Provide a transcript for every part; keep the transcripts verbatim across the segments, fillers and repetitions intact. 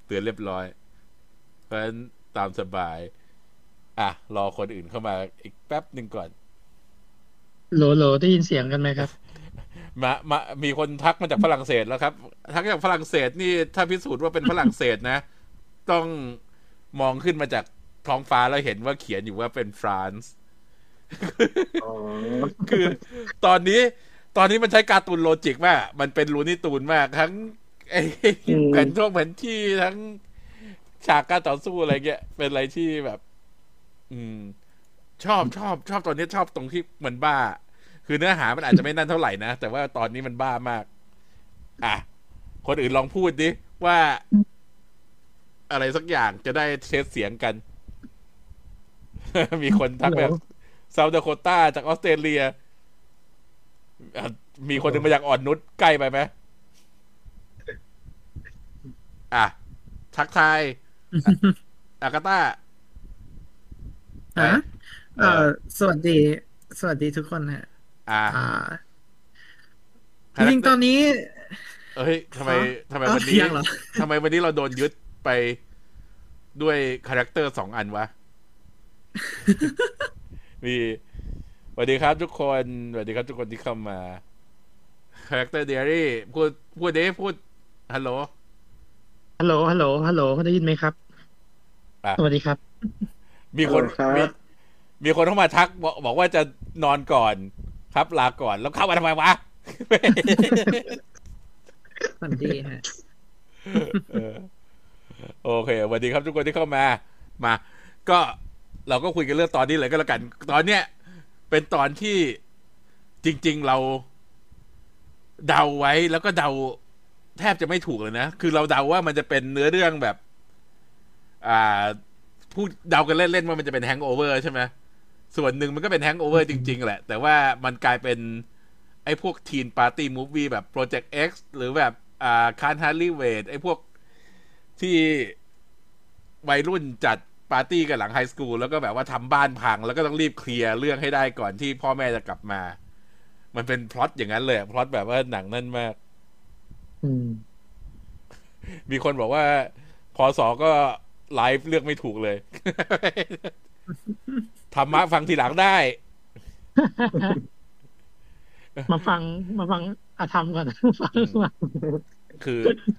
เตือนเรียบร้อยเพราะฉะนั้นตามสบายอ่ะรอคนอื่นเข้ามาอีกแป๊บหนึ่งก่อนโหลโหลได้ยินเสียงกันไหมครับมามามีคนทักมาจากฝรั่งเศสแล้วครับทักจากฝรั่งเศสนี่ถ้าพิสูจน์ว่าเป็นฝรั่งเศสนะต้องมองขึ้นมาจากท้องฟ้าแล้วเห็นว่าเขียนอยู่ว่าเป็นฟรานซ์อ๋อคือตอนนี้ตอนนี้มันใช้การ์ตูนโลจิกมากมันเป็นลูนี่ตูนมากทั้งไอ้อืแผนช่วงมแผนที่ทั้งฉากการต่อสู้อะไรเงี้ยเป็นอะไรที่แบบอืมชอบชอบชอบตอนนี้ชอบตรงที่มันบ้าคือเนื้อหามันอาจจะไม่นั่นเท่าไหร่นะแต่ว่าตอนนี้มันบ้ามากอ่ะคนอื่นลองพูดดิว่าอะไรสักอย่างจะได้เทสเสียงกันมีคนทักโหลแบบเซาท์ดาโคตาจากออสเตรเลียอ่ะมีคนหนึ่งมาจากอ่อนนุชใกล้ไปไหมอ่ะทักทายอากาตาไปฮะเอเอ่ออสวัสดีสวัสดีทุกคนฮะอ่ะอ่าจคาแรคเตอร์ริงๆตอนนี้เอ้ยทำไมฮะทำไมเอ้าวันนี้ยังเหรอทำไมวันนี้เราโดนยึดไปด้วยคาแรคเตอร์สองอันวะมีสวัสดีครับทุกคนสวัสดีครับทุกคนที่เข้ามาคาแรคเตอร์เดียรี่พูดพูดดิพูดฮัลโหลฮัลโหลฮัลโหลฮัลโหลได้ยินไหมครับอ่ะสวัสดีครับมีคนฮัลโหลครัมีบมีคนเข้ามาทักบอกบอกว่าจะนอนก่อนครับลาก่อนแล้วเข้ามาทำไมวะสวัสดีฮะเออโอเคสวัสดีครับทุกคนที่เข้ามามาก็เราก็คุยกันเรื่องตอนนี้เลยก็แล้วกันตอนเนี้ยเป็นตอนที่จริงๆเราเดาไว้แล้วก็เดาแทบจะไม่ถูกเลยนะคือเราเดาว่ามันจะเป็นเนื้อเรื่องแบบอ่าพูดเดากันเล่นๆว่ามันจะเป็นแฮงโอเวอร์ใช่ไหมส่วนหนึ่งมันก็เป็นแฮงโอเวอร์จริงๆแหละแต่ว่ามันกลายเป็นไอ้พวกทีนปาร์ตี้มูฟวี่แบบ Project X หรือแบบอ่าคานฮาร์ลีเวดไอ้พวกที่วัยรุ่นจัดปาร์ตี้กันหลังไฮสคูลแล้วก็แบบว่าทำบ้านพังแล้วก็ต้องรีบเคลียร์เรื่องให้ได้ก่อนที่พ่อแม่จะกลับมามันเป็นพล็อตอย่างนั้นเลยพล็อตแบบว่าหนังนั่นมากอืมมีคนบอกว่าพอสอก็ไลฟ์เลือกไม่ถูกเลยธรรมะฟังทีหลังได้มาฟังมาฟังอาธรรมก่อนฟังอืมว่าคือ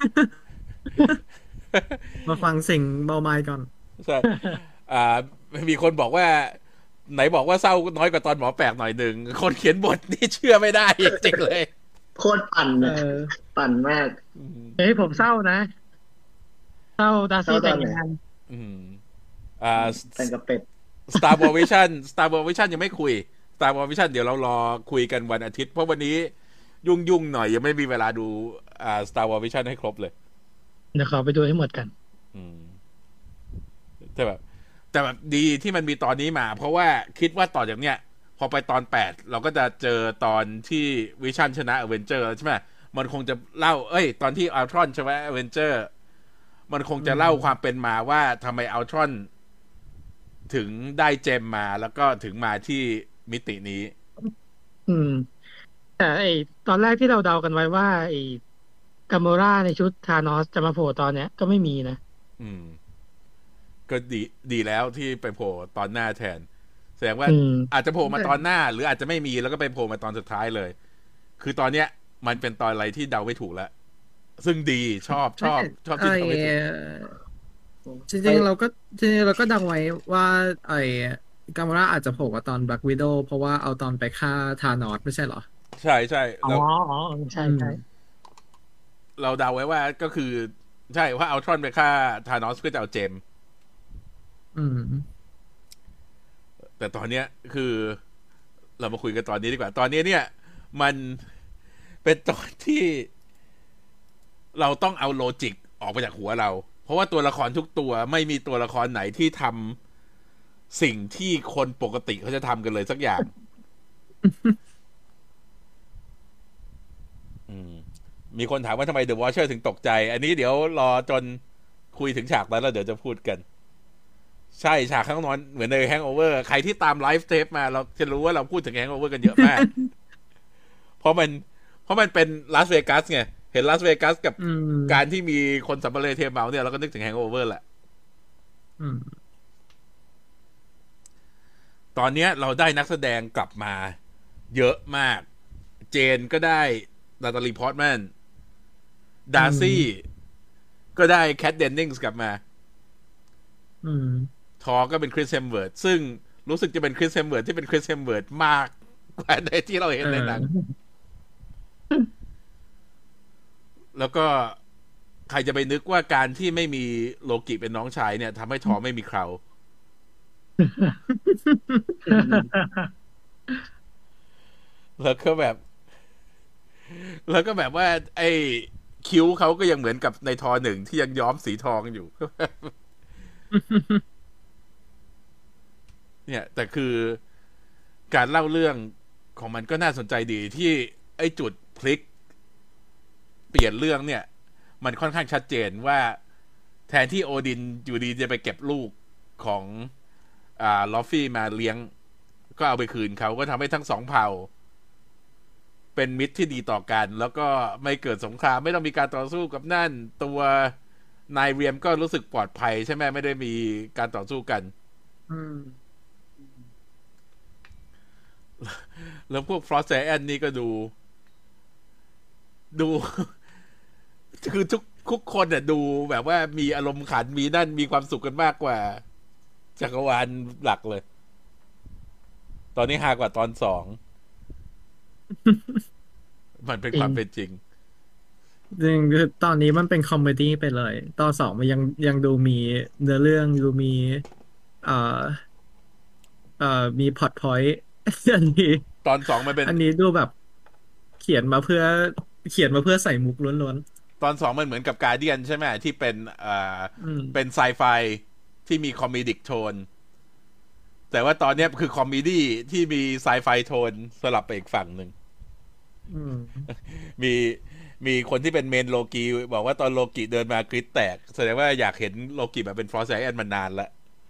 มาฟังสิ่งเบาไม้ก่อนใช่อ่ามีคนบอกว่าไหนบอกว่าเศร้าน้อยกว่าตอนหมอแปลกหน่อยหนึ่งคนเขียนบทนี่เชื่อไม่ได้จริงๆเลยโคตรปั่นเอนะอปั่นมากอืมเฮ้ยผมเศร้านะเศร้าดาร์ซี่เท่าตอนไหนแต่งงานอืมอ่าแต่งกับเป็ด Star Wars Vision Star Wars Vision ยังไม่คุย Star Wars Vision เดี๋ยวเรารอคุยกันวันอาทิตย์เพราะวันนี้ยุ่งยุ่งหน่อยยังไม่มีเวลาดูอ่า Star Wars Vision ให้ครบเลยเดี๋ยวขอไปดูให้หมดกันอืมแต่แบบแต่แบบดีที่มันมีตอนนี้มาเพราะว่าคิดว่าต่อจากเนี้ยพอไปตอนแปดเราก็จะเจอตอนที่วิชั่นชนะอเวนเจอร์ใช่ไหมมันคงจะเล่าเอ้ยตอนที่อัลทรอนชนะอเวนเจอร์มันคงอืจะเล่าความมเป็นมาว่าทำไมอัลทรอนถึงได้เจมมาแล้วก็ถึงมาที่มิตินี้อืมแต่ไอตอนแรกที่เราเดากันไว้ว่าไอกาโมราในชุดธานอสจะมาโผล่ตอนเนี้ยก็ไม่มีนะอืมก็ดีดีแล้วที่ไปโผล่ตอนหน้าแทนแสดงว่าอืมอาจจะโผล่มาแต่ตอนหน้าหรืออาจจะไม่มีแล้วก็ไปโผล่มาตอนสุดท้ายเลยคือตอนเนี้ยมันเป็นตอนอะไรที่เดาไม่ถูกแล้วซึ่งดีชอบชอบไม่แต่ชอบไอที่เดาไม่ถูกจไปริงๆเราก็จริงๆเราก็ดังไว้ว่าไอ้กาโมราอาจจะโผล่มาตอน Black Widow เพราะว่าเอาตอนไปฆ่าธานอสไม่ใช่เหรอใช่ใช่อ๋อเราอ๋อใช่อืมใช่เราเดาไว้ว่าก็คือใช่ว่าเอาทรอนไปฆ่าธานอสเพื่อจะเอาเจมอืมแต่ตอนเนี้ยคือเรามาคุยกันตอนนี้ดีกว่าตอนนี้เนี่ยมันเป็นตอนที่เราต้องเอาโลจิกออกไปจากหัวเรา เพราะว่าตัวละครทุกตัวไม่มีตัวละครไหนที่ทำสิ่งที่คนปกติเขาจะทำกันเลยสักอย่างอืมมีคนถามว่าทำไมเดอะวอชเชอร์ถึงตกใจ อันนี้เดี๋ยวรอจนคุยถึงฉากนั้นแล้วเดี๋ยวจะพูดกัน ใช่ฉากข้างนอนเหมือนในแฮงโอเวอร์ใครที่ตามไลฟ์เทปมาเราจะรู้ว่าเราพูดถึงแฮงโอเวอร์กันเยอะมาก เพราะมันเพราะมันเป็นลาสเวกัสไงเห็นลาสเวกัสกับอืมการที่มีคนสัมภเวสีเทเมาเนี่ยเราก็นึกถึงแฮงโอเวอร์แหละอืมตอนเนี้ยเราได้นักแสดงกลับมาเยอะมาก เจนก็ได้นาตาลีพอร์ตแมนดาร์ซี่ก็ได้แคทเดนนิงส์กลับมาอืมทอก็เป็นคริสเฮมเวิร์ดซึ่งรู้สึกจะเป็นคริสเฮมเวิร์ดที่เป็นคริสเฮมเวิร์ดมากกว่าในที่เราเห็นในหนัง แล้วก็ใครจะไปนึกว่าการที่ไม่มีโลกิเป็นน้องชายเนี่ยทำให้ทอไม่มีเคราแล้วก็แบบ แล้วก็แบบว่า ไอ้คิ้วเขาก็ยังเหมือนกับในทอหนึ่งที่ยังย้อมสีทองอยู่ เนี่ย แต่คือการเล่าเรื่องของมันก็น่าสนใจดีที่ไอ้จุดพลิกเปลี่ยนเรื่องเนี่ย มันค่อนข้างชัดเจนว่าแทนที่โอดินอยู่ดีจะไปเก็บลูกของอ่าลอฟฟี่มาเลี้ยง ก็เอาไปคืนเขาก็ทำให้ทั้งสองเผ่าเป็นมิตรที่ดีต่อกัน แล้วก็ไม่เกิดสงครามไม่ต้องมีการต่อสู้กับนั่น ตัวนายเรียมก็รู้สึกปลอดภัยใช่ไหมไม่ได้มีการต่อสู้กันอืมแล้วพวกฟรอสไซแอนนี่ก็ดู ดู คือทุกทุกคนเนี่ยดูแบบว่ามีอารมณ์ขันมีนั่นมีความสุขกันมากกว่าจักรวาลหลักเลย ตอนนี้ฮากว่าตอนสอง มันเป็นความเป็นจริงจริงคือตอนนี้มันเป็นคอมเมดี้ไปเลย ตอนสองมันยังยังดูมีเนื้อเรื่องดูมีเอ่อเอ่อมีพล็อตพอยต์ อันนี้ตอนสองมันเป็นอันนี้ดูแบบเขียนมาเพื่อเขียนมาเพื่อใส่มุกล้วนตอนสองมันเหมือนกับการเดียนใช่ไหมที่เป็นอ่าๆอืมเป็นไซไฟที่มีคอมเมดิกโทน แต่ว่าตอนเนี้ยคือคอมเมดี้ที่มีไซไฟโทนสลับไปอีกฝั่งหนึ่งอืมมีมีคนที่เป็นเมนโลกีบอกว่าตอนโลกิเดินมากริดแตก แสดงว่าอยากเห็นโลกิแบบเป็นฟรอสไซแอนมานานละ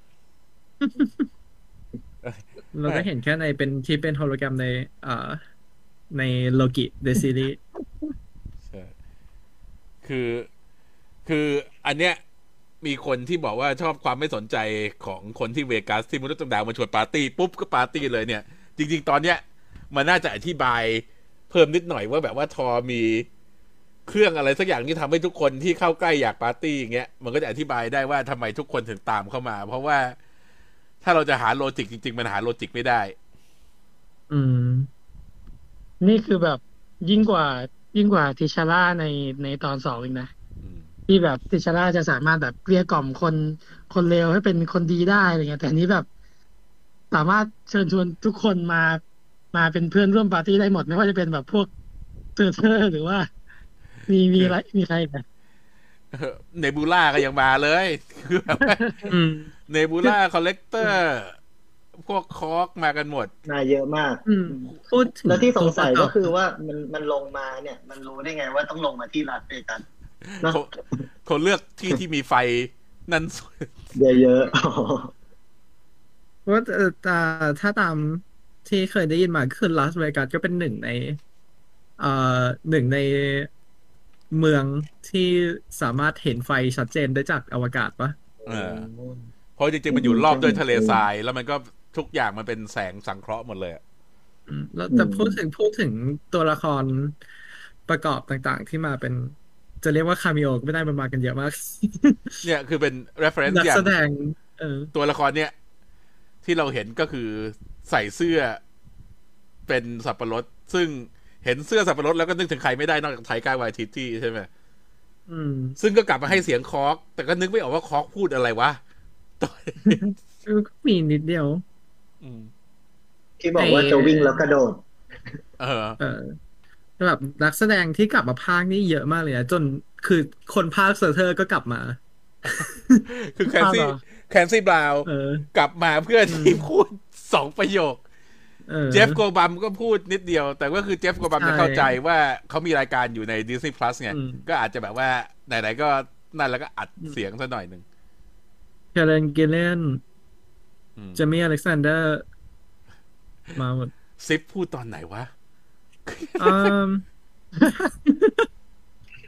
เราก็เห็นแค่ในเป็นที่เป็นโฮโลแกรมในเอ่อในโลกิเดซีรีส์ใช่คือคืออันเนี้ยมีคนที่บอกว่าชอบความไม่สนใจของคนที่เวกัสที่มนุษย์ต่างดาวมาชวนปาร์ตี้ปุ๊บก็ปาร์ตี้เลยเนี่ย จริง ๆ ตอนเนี้ยมันน่าจะอธิบายเพิ่มนิดหน่อยว่าแบบว่าทอมีเครื่องอะไรสักอย่างที่ทำให้ทุกคนที่เข้าใกล้อยากปาร์ตี้อย่างเงี้ยมันก็จะอธิบายได้ว่าทำไมทุกคนถึงตามเข้ามา เพราะว่าถ้าเราจะหาโลจิกจริง ๆ มันหาโลจิกไม่ได้อืมนี่คือแบบยิ่งกว่ายิ่งกว่าทิชาร่าในในตอนสองอีกนะอืมที่แบบทิชาร่าจะสามารถแบบเกลี้ยกล่อมคนคนเลวให้เป็นคนดีได้อะไรเงี้ยแต่อันนี้แบบ สามารถเชิญชวนทุกคนมามาเป็นเพื่อนร่วมปาร์ตี้ได้หมดไม่ว่าจะเป็นแบบพวกเซอร์เทอร์หรือว่า มีมีอะไรมีใครอีกนะเนบูล่าก็ยังมาเลย คือแบบว่าอืมเนบูล่าคอลเลกเตอร์พวกคอกมากันหมดมาเยอะมากอืม พูดถึงแล้วที่สงสัยตัวประก็คือว่ามันมันลงมาเนี่ย มันรู้ได้ไงว่าต้องลงมาที่ลาสเวกัสเนอะเขาเขาเลือกที่ที่มีไฟนั่นสุดเยอะๆอ๋อเพราะว่าเอ่อแต่ถ้าตามที่เคยได้ยินมาก็คือลาสเวกัสก็เป็นหนึ่งในเอ่อหนึ่งในเมืองที่สามารถเห็นไฟชัดเจนได้จากอวกาศปะเออ เพราะจริงๆมันอยู่รอบด้วยทะเลทราย แล้วมันก็ทุกอย่างมันเป็นแสงสังเคราะห์หมดเลยอะอืมแล้วแต่พูดถึงพูดถึงตัวละครประกอบต่างๆ ที่มาเป็น จะเรียกว่าคาเมโอก็ไม่ได้มันมากันเยอะมากเนี่ยคือเป็น reference นักอย่าแสงดง เออตัวละครเนี่ยที่เราเห็นก็คือใส่เสื้อเป็นสับปะรด ซึ่งเห็นเสื้อสับปะรดแล้วก็นึกถึงใครไม่ได้นอกจากไทก้าวายทิตี้ใช่ไหมอืมซึ่งก็กลับมาให้เสียงคอก แต่ก็นึกไม่ออกว่าคอกพูดอะไรวะ ตอนก็มีนิดเดียวอืมที่บอกว่าจะวิ่งแล้วกระโดดเออเออแต่แบบนักแสดงที่กลับมาพากย์นี่เยอะมากเลยนะจนคือคนพากย์เซอร์เทอร์ก็กลับมาคือแคนซี่อ้าวเหรอแคนซี่บราวน์เออกลับมาเพื่อที่พูดสองประโยคเออเจฟโกบัมก็พูดนิดเดียว แต่ก็คือเจฟโกบัมใช่จะเข้าใจว่าเขามีรายการอยู่ใน Disney Plus ไงอืมก็อาจจะแบบว่าไหนๆก็นั่นแล้วก็อัดเสียงซะหน่อยหนึ่งเคเลนกิลเลนอืมเจมี่อเล็กซานเดอร์ มาหมดซิปพูดตอนไหนวะอืม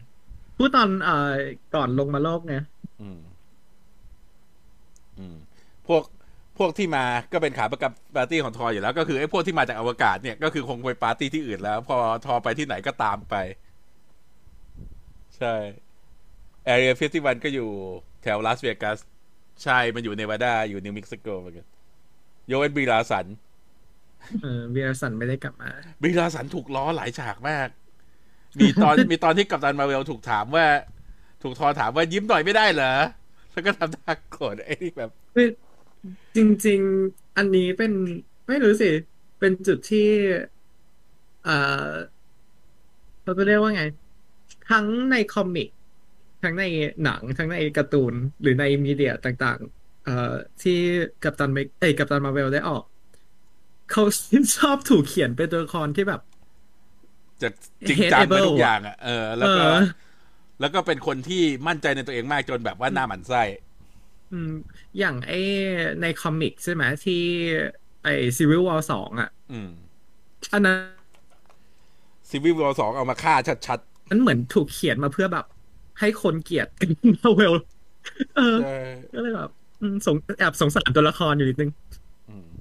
พูดตอนเอ่อก่อนลงมาโลกไงอืมอืมพวกพวกที่มาก็เป็นขาประกับปาร์ตี้ของทออยู่แล้วก็คือไอ้พวกที่มาจากอวกาศเนี่ยก็คือคงไปปาร์ตี้ที่อื่นแล้ว พอทอไปที่ไหนก็ตามไป ใช่ Area ห้าสิบเอ็ดก็อยู่แถวลาสเวกัสใช่มันอยู่เนวาดาอยู่นิวเม็กซิโกเหมือนกันโยเอนบรีลาสันเออวีรสันไม่ได้กลับมาบรีลาสันถูกล้อหลายฉากมาก มีตอนมีตอนที่กัปตันมาร์เวลถูกถามว่า ถูกทอถามว่ายิ้มหน่อยไม่ได้เหรอแล้วก็ทำท่าโกรธไอ้นี่แบบคือจริงๆ อันนี้เป็นไม่รู้สิ เป็นจุดที่เอ่อเราจะเรียกว่าไง ทั้งในคอมิกทั้งในหนังทั้งในการ์ตูนหรือในมีเดียต่างๆเอ่อที่กัปตันเมกเอ้ยกัปตันมาร์เวลได้ออก เขาชอบถูกเขียนเป็นตัวละครที่แบบจะจริงจังไป hateable ทุกอย่างอ่ะเออแล้วก็เออแล้วก็เป็นคนที่มั่นใจในตัวเองมากจนแบบว่าหน้าหมันไส้อืมอย่างไอ้ในคอมิกใช่ไหมที่ไอ้ Civil War สองอ่ะอืมอันนั้นซีวิลวอร์สองเอามาฆ่าชัดมันเหมือนถูกเขียนมาเพื่อแบบให้คนเกลียดกัน มาเวลเออๆใช่ก็เลยแบบอืมสงแอบสงสารตัวละครอยู่นิดนึงอืม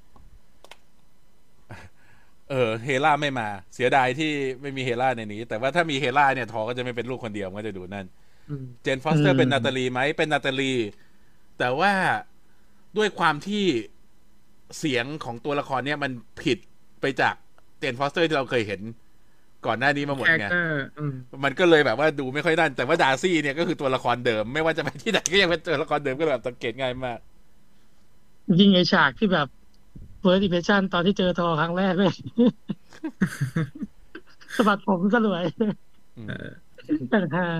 เออเฮล่าไม่มา เสียดายที่ไม่มีเฮล่าในนี้ แต่ว่าถ้ามีเฮล่าเนี่ยทอก็จะไม่เป็นลูกคนเดียวมันก็จะดูนั่นอืมเจนฟอสเตออืร์มเป็นนาตาลีไหมเป็นนาตาลี แต่ว่าด้วยความที่เสียงของตัวละครเนี่ยมันผิดไปจากเจนฟอสเตอร์ที่เราเคยเห็นก่อนหน้านี้มาหมดแคคไงเตอร์อืมมันก็เลยแบบว่าดูไม่ค่อยนั่นแต่ว่าดาร์ซี่เนี่ยก็คือตัวละครเดิม ไม่ว่าจะไปที่ไหนก็ยังเป็นตัวละครเดิมก็แบบสังเกตง่ายมากยิงไอฉากที่แบบ first impression ตอนที่เจอทอครั้งแรกเลย สะบัดผมสลวยอืมเออแต่ฮา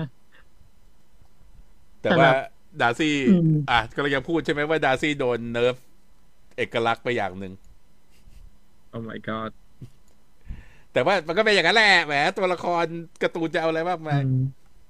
แต่แต่ว่าแบบดาร์ซี่อืมอ่ะก็เรายังพูดใช่ไหมว่าดาร์ซี่โดนเนิร์ฟเอกลักษณ์ไปอย่างหนึ่ง oh my god แต่ว่ามันก็เป็นอย่างนั้นแหละแหมตัวละครการ์ตูนจะเอาอะไรมากอืมายม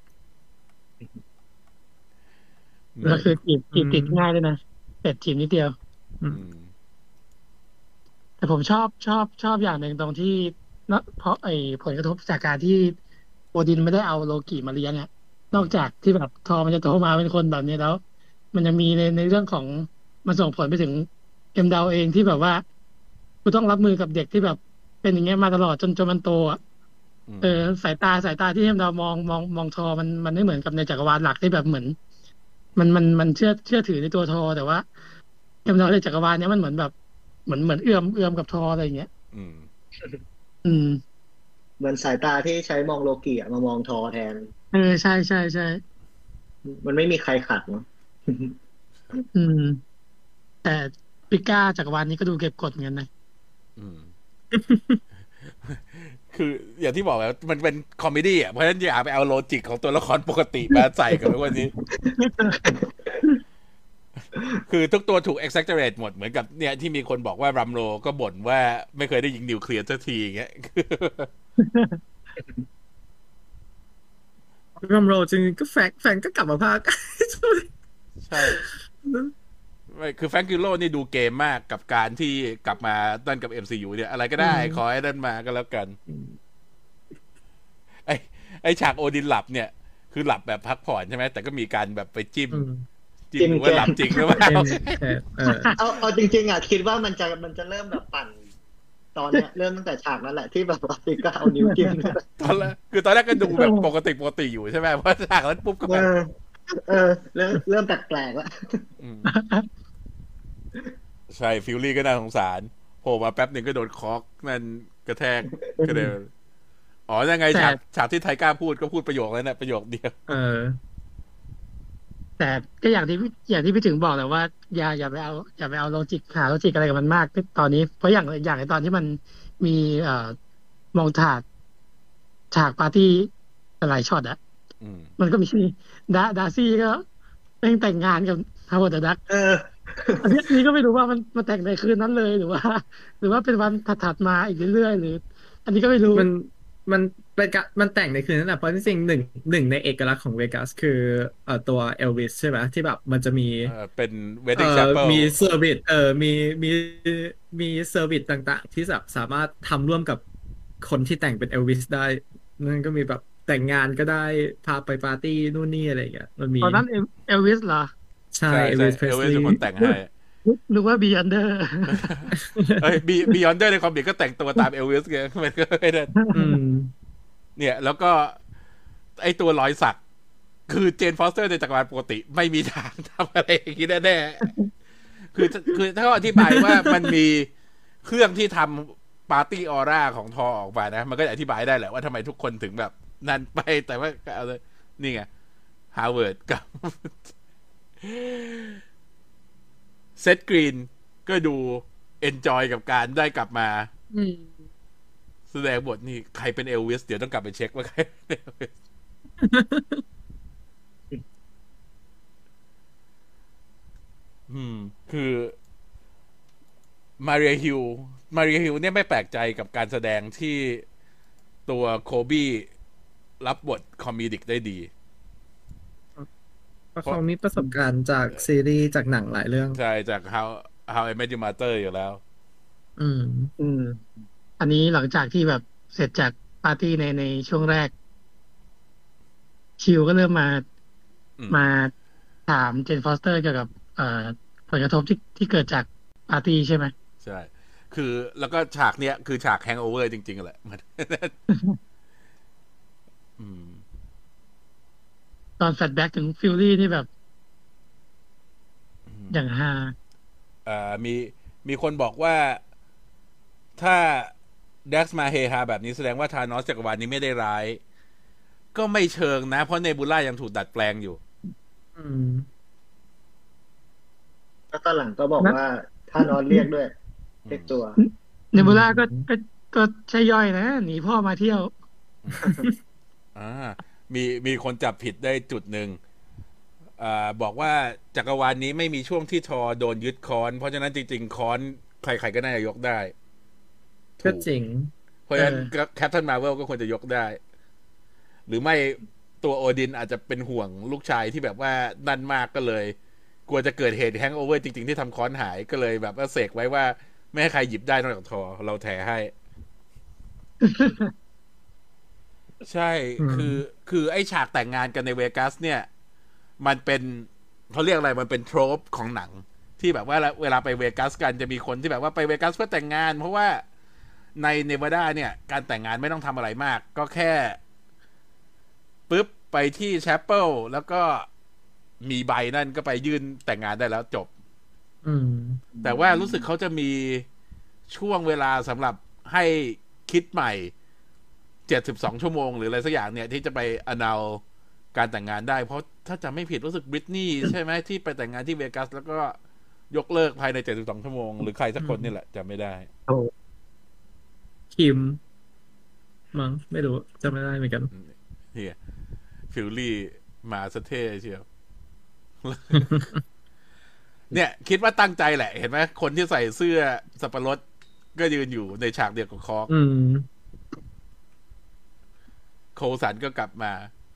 แล้วคือจีบจีบติดอืมง่ายด้วยนะเป็ดจีบนิดเดียวอืมอืมแต่ผมชอบชอบชอบอย่างหนึ่งตรงที่เนอะเพราะไอ้ผลกระทบจากการที่โอดินไม่ได้เอาโลกิมาเลี้ยงอะนอกจากที่แบบทอมันจะโตมาเป็นคนแบบนี้แล้ว มันยังมีในในเรื่องของมันส่งผลไปถึงเอ็มดาวเองที่แบบว่ากูต้องรับมือกับเด็กที่แบบเป็นอย่างเงี้ยมาตลอดจนจนมันโตอะอืมเออสายตาสายตาที่เอ็มดาวมองมองมองทอมันมันไม่เหมือนกับในจักรวาลหลักที่แบบเหมือน มันมันมันเชื่อเชื่อถือในตัวทอแต่ว่าเอ็มดาวในจักรวาลเนี้ยมันเหมือนแบบเหมือนเหมือนเอื้อมเอื้อมกับทออะไรอย่างเงี้ยอืมอืมเหมือนสายตาที่ใช้มองโลกิอะมามองทอแทนเออใช่ใช่ใช่มันไม่มีใครขัดเนาะอืม แต่ปิก้าจักรวาลนี้ก็ดูเก็บกดเหมือนกันนะอืม คืออย่างที่บอกแล้วมันเป็นคอมเมดี้อ่ะเพราะฉะนั้นอย่าไปเอาโลจิกของตัวละครปกติมาใส่กับไอ้พวกนี้ คือทุกตัวถูก exaggerate หมดเหมือนกับเนี่ยที่มีคนบอกว่ารัมโรก็บ่นว่าไม่เคยได้ยิงนิวเคลียร์สักทีอย่างเงี้ยรัมโรจริงก็แฟงแฟงก็กลับมาภาคใช่ ไม่คือแฟรงกิโลนี่ดูเกมมากกับการที่กลับมาตั้นกับ เอ็ม ซี ยู เนี่ยอะไรก็ได้อืมขอให้นั่นมาก็แล้วกัน ไอไอฉากโอดินหลับเนี่ย คือหลับแบบพักผ่อนใช่ไหมแต่ก็มีการแบบไปจิ้มอืมจิ้มดูว่าหลับจริงหรือเปล่าเออเออเอาเอาจริงๆอ่ะคิดว่ามันจะมันจะเริ่มแบบปั่น ตอนเนี้ยเริ่มตั้งแต่ฉากนั้นแหละที่แบบว่าฟิก้าเอานิ้วจิ้มตอนแรกคือตอนแรกก็ดูแบบปกติปกติอยู่ใช่ไหมเพราะฉากนั้นปุ๊บก็เอแบบอ เออ เริ่มเริ่มแปลกๆแล้วมใช่ฟิลลี่ก็น่าสงสารโผล่มาแป๊บหนึ่งก็โดนคอกนั่นกระแทกก็เดินอ๋อยังไงแต่ฉากฉากที่ไทก้าพูดก็พูดประโยคนั้นนะประโยคเดียวเออแต่ก็อย่างที่อย่างที่พี่ถึงบอกแหละว่าอย่าอย่าไปเอาอย่าไปเอาโลจิกหาโลจิกอะไรกับมันมากตอนนี้เพราะอย่างอย่างในตอนที่มันมีเอ่อมองถาดฉากปาร์ตี้หลายช็อตอะอืมมันก็มีดาดาซี่ก็เพิ่งแต่งงานกับฮาวเวิร์ดเดอะดักเอออันนี้อันนี้ก็ไม่รู้ว่ามันมาแต่งในคืนนั้นเลยหรือว่า หรือว่าเป็นวันถัดๆมาอีกเรื่อยๆหรือ อันนี้ก็ไม่รู้มันมันเป็นกะมันแต่งในคืนนั้นแหละเพราะจริงๆหนึ่งหนึ่งในเอกลักษณ์ของเวกัสคือเอ่อตัวเอลวิสใช่ไหมที่แบบมันจะมีเอ่อเป็นเวดเอ่ดิ้งอแชปเปิลมีเซอร์วิสเออมีมีมีเซอร์วิสต่างๆ ที่แบบสามารถทำร่วมกับคนที่แต่งเป็นเอลวิสได้นั่นก็มีแบบแต่งงานก็ได้พาไปปาร์ตี้นู่นนี่อะไรอย่างเงี้ยมันมีตอนนั้นเอลเอลวิสเหรอใช่ใช่เอลใช่วิสเพรเอลสวิสลีเป็นคนแต่งให้นึกว่าบียอนเดอร์เอ้ยบีบียอนเดอร์ในคอมิกก็แต่งตัวตามเอลวิสไงมันก็ไม่ได้อืมเนี่ย แล้วก็ไอตัวรอยสัก คือเจนฟอสเตอร์ในจักรวาลปกติไม่มีทางทำอะไรอย่างนี้แน่ๆคือคือถ้าเขาอธิบายว่ามันมีเครื่องที่ทำปาร์ตี้ออร่าของทอออกมานะ มันก็จะอธิบายได้แหละว่าทำไมทุกคนถึงแบบนั่นไปแต่ว่าเอาเลยนี่ไงฮาร์วาร์ดกับ เซตกรีนก็ดูเอนจอยกับการได้กลับมาอืมแสดงบทนี่ใครเป็นเอลวิสเดี๋ยวต้องกลับไปเช็คว่าใครเป็นเอลวิสอืม คือมาเรียฮิลมาเรียฮิลเนี่ยไม่แปลกใจกับการแสดงที่ตัวโคบี้รับบทคอมเมดิกได้ดีเพราะเขามีประสบการณ์จากซีรีส์จากหนังหลายเรื่องใช่จาก How How I Met Your Mother อยู่แล้วอืมอืม อันนี้หลังจากที่แบบเสร็จจากปาร์ตี้ในในช่วงแรก คิวก็เริ่มมาอืมมาถามเจนฟอสเตอร์เกี่ยวกับเอ่อผลกระทบที่ที่เกิดจากปาร์ตี้ใช่ไหมใช่ คือแล้วก็ฉากเนี้ยคือฉากแฮงโอเวอร์จริงๆแหละมัน อืมตอนแฟลชแบ็กถึงฟิลลี่นี่แบบ อย่างฮาอ่ามีมีคนบอกว่าถ้าเด็กซ์มาเฮฮาแบบนี้แสดงว่าธานอสจักรวาลนี้ไม่ได้ร้าย ก็ไม่เชิงนะ เพราะเนบูล่ายังถูกดัดแปลงอยู่อืมแล้วตอนหลังก็บอกว่าถ้านอนเรียกด้วยเรียกตัวเนบูล่าก็ก็ก็ใช่ย่อยนะ หนีพ่อมาเที่ยวอ่ามีมีคนจับผิดได้จุดหนึ่งอ่าบอกว่าจักรวาลนี้ไม่มีช่วงที่ทอโดนยึดค้อน เพราะฉะนั้นจริงๆค้อนใครๆก็น่าจะยกได้ก็จริงเพราะฉะนั้นเออแคปตันมาร์เวลก็ควรจะยกได้ หรือไม่ตัวโอดินอาจจะเป็นห่วงลูกชายที่แบบว่านั่นมากก็เลย กลัวจะเกิดเหตุแฮงโอเวอร์จริงๆที่ทำค้อนหายก็เลยแบบว่าเสกไว้ว่าไม่ให้ใครหยิบได้นอกจากทอ เราแถให้ ใช่อืมคือคือไอฉากแต่งงานกันในเวกัสเนี่ย มันเป็นเขาเรียกอะไรมันเป็นโทรปของหนัง ที่แบบว่าเวลาไปเวกัสกันจะมีคนที่แบบว่าไปเวกัสเพื่อแต่งงาน เพราะว่าในเนวาดาเนี่ย การแต่งงานไม่ต้องทำอะไรมาก ก็แค่ปุ๊บไปที่แชปเปิลแล้วก็มีใบนั่นก็ไปยื่นแต่งงานได้แล้วจบอืมแต่ว่ารู้สึกเขาจะมีช่วงเวลาสำหรับให้คิดใหม่เจ็ดสิบสองชั่วโมงหรืออะไรสักอย่างเนี่ย ที่จะไปอนาวการแต่งงานได้ เพราะถ้าจำไม่ผิดรู้สึกบริตนีย์ใช่ไหมที่ไปแต่งงานที่เวกัส แล้วก็ยกเลิกภายในเจ็ดสิบสองชั่วโมงหรือใครสักคนนี่แหละจำไม่ได้คิม มั้งไม่รู้จำไม่ได้เหมือนกันเฮียฟิลลี่มาสะเท่เชียว เนี่ยคิดว่าตั้งใจแหละ เห็นไหมคนที่ใส่เสื้อสับปะรดก็ยืนอยู่ในฉากเดียวกับคอกอืมโคสันก็กลับมา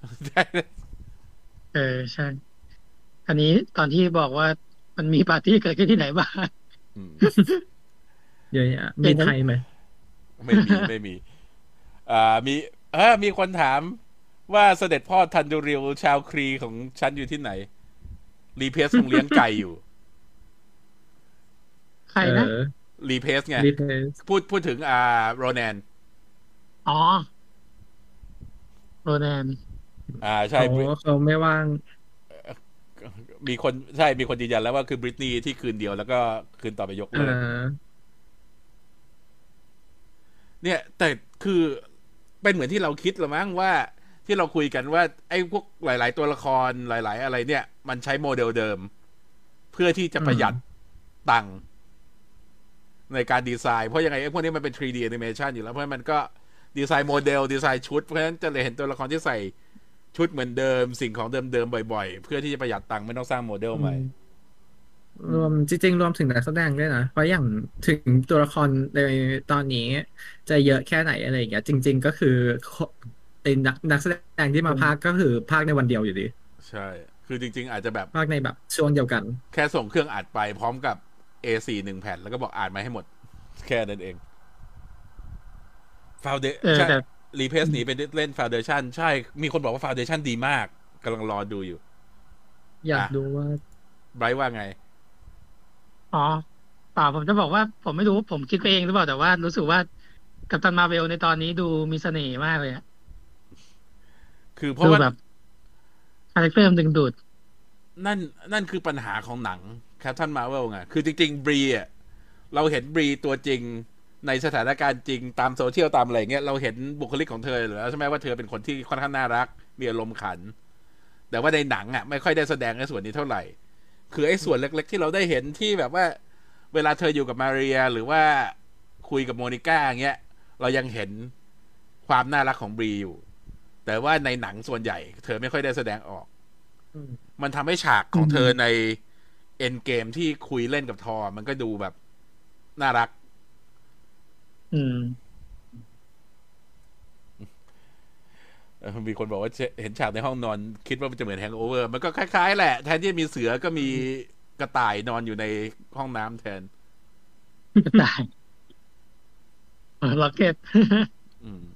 เออใช่ อันนี้ตอนที่บอกว่ามันมีปาร์ตี้เกิดขึ้นที่ไหนบ้างอืมเยอะแยะมีไทยไหมไม่มีไม่มี อ่ามีเออมีคนถามว่าเสด็จพ่อทันดูริวชาวครีของฉันอยู่ที่ไหน รีเพสคงเลี้ยงไก่อยู่ใครนะเออรีเพสไงรีเพสพูดพูดถึงอ่าโรแนนอ๋อ โรแนนอ่าใช่เขาเขาไม่ว่างมีคนใช่มีคนยืนยันแล้วว่าคือบริตนีย์ที่คืนเดียวแล้วก็คืนต่อไปยกเอเลิกอเนี่ย แต่คือเป็นเหมือนที่เราคิดหรือมั้งว่าที่เราคุยกันว่าไอ้พวกหลาย ๆ ตัวละครหลาย ๆ อะไรเนี่ย มันใช้โมเดลเดิม เพื่อที่จะประหยัดตังค์ในการดีไซน์เพราะยังไงไอ้พวกนี้มันเป็น ทรี ดี animation อยู่แล้วเพราะมันก็ดีไซน์โมเดลดีไซน์ชุดเพราะฉะนั้นจะเลยเห็นตัวละครที่ใส่ชุดเหมือนเดิมสิ่งของเดิม ๆ บ่อย ๆ เพื่อที่จะประหยัดตังค์ไม่ต้องสร้างโมเดลใหม่รวมจริงๆรวมถึงนักแสดงด้วยนะ เพราะอย่างถึงตัวละครในตอนนี้จะเยอะแค่ไหนอะไรอย่างเงี้ยจริง ๆ ก็คือไอ้นักนักแสดงที่มาพากย์ก็คือพากย์ในวันเดียวอยู่ดีใช่ คือจริง ๆ อาจจะแบบพากย์ในแบบช่วงเดียวกันแค่ส่งเครื่องอัดไปพร้อมกับ เอ โฟร์ หนึ่งแผ่นแล้วก็บอกอ่านมาให้หมด แค่นั้นเองฟาวเดเออใช่แต่รีเพสหนีไปเล่นฟาวเดชั่นใช่มีคนบอกว่าฟาวเดชั่นดีมากกำลังรอดูอยู่อยากอ่ะดูว่าไบรท์ว่าไงอ๋อเปล่าผมจะบอกว่าผมไม่รู้ผมคิดไปเองหรือเปล่าแต่ว่ารู้สึกว่ากัปตันมาร์เวลในตอนนี้ดูมีเสน่ห์มากเลยอะคือเพราะดูว่าแบบคาแรคเตอร์มันดึงดูดนั่นนั่นคือปัญหาของหนังแคปตันมาร์เวลไงคือจริงๆบรีอ่ะเราเห็นบรีตัวจริงในสถานการณ์จริงตามโซเชียลตามอะไรเงี้ยเราเห็นบุคลิกของเธออยู่แล้วใช่ไหมว่าเธอเป็นคนที่ค่อนข้างน่ารักมีอารมณ์ขัน แต่ว่าในหนังอ่ะไม่ค่อยได้แสดงในส่วนนี้เท่าไหร่ คือไอ้ส่วนเล็กๆที่เราได้เห็นที่แบบว่าเวลาเธออยู่กับมาเรียหรือว่าคุยกับโมนิก้าอย่างเงี้ยเรายังเห็นความน่ารักของบรีอยู่ แต่ว่าในหนังส่วนใหญ่เธอไม่ค่อยได้แสดงออกอืมมันทำให้ฉากของอืมเธอในเอ็นเกมที่คุยเล่นกับทอร์มันก็ดูแบบน่ารักอืมเออมีคนบอกว่าเห็นฉากในห้องนอนคิดว่ามันจะเหมือนแฮงโอเวอร์มันก็คล้ายๆแหละแทนที่จะมีเสือก็มีกระต่ายนอนอยู่ในห้องน้ำแทนได้ล็อกเก็ตอืม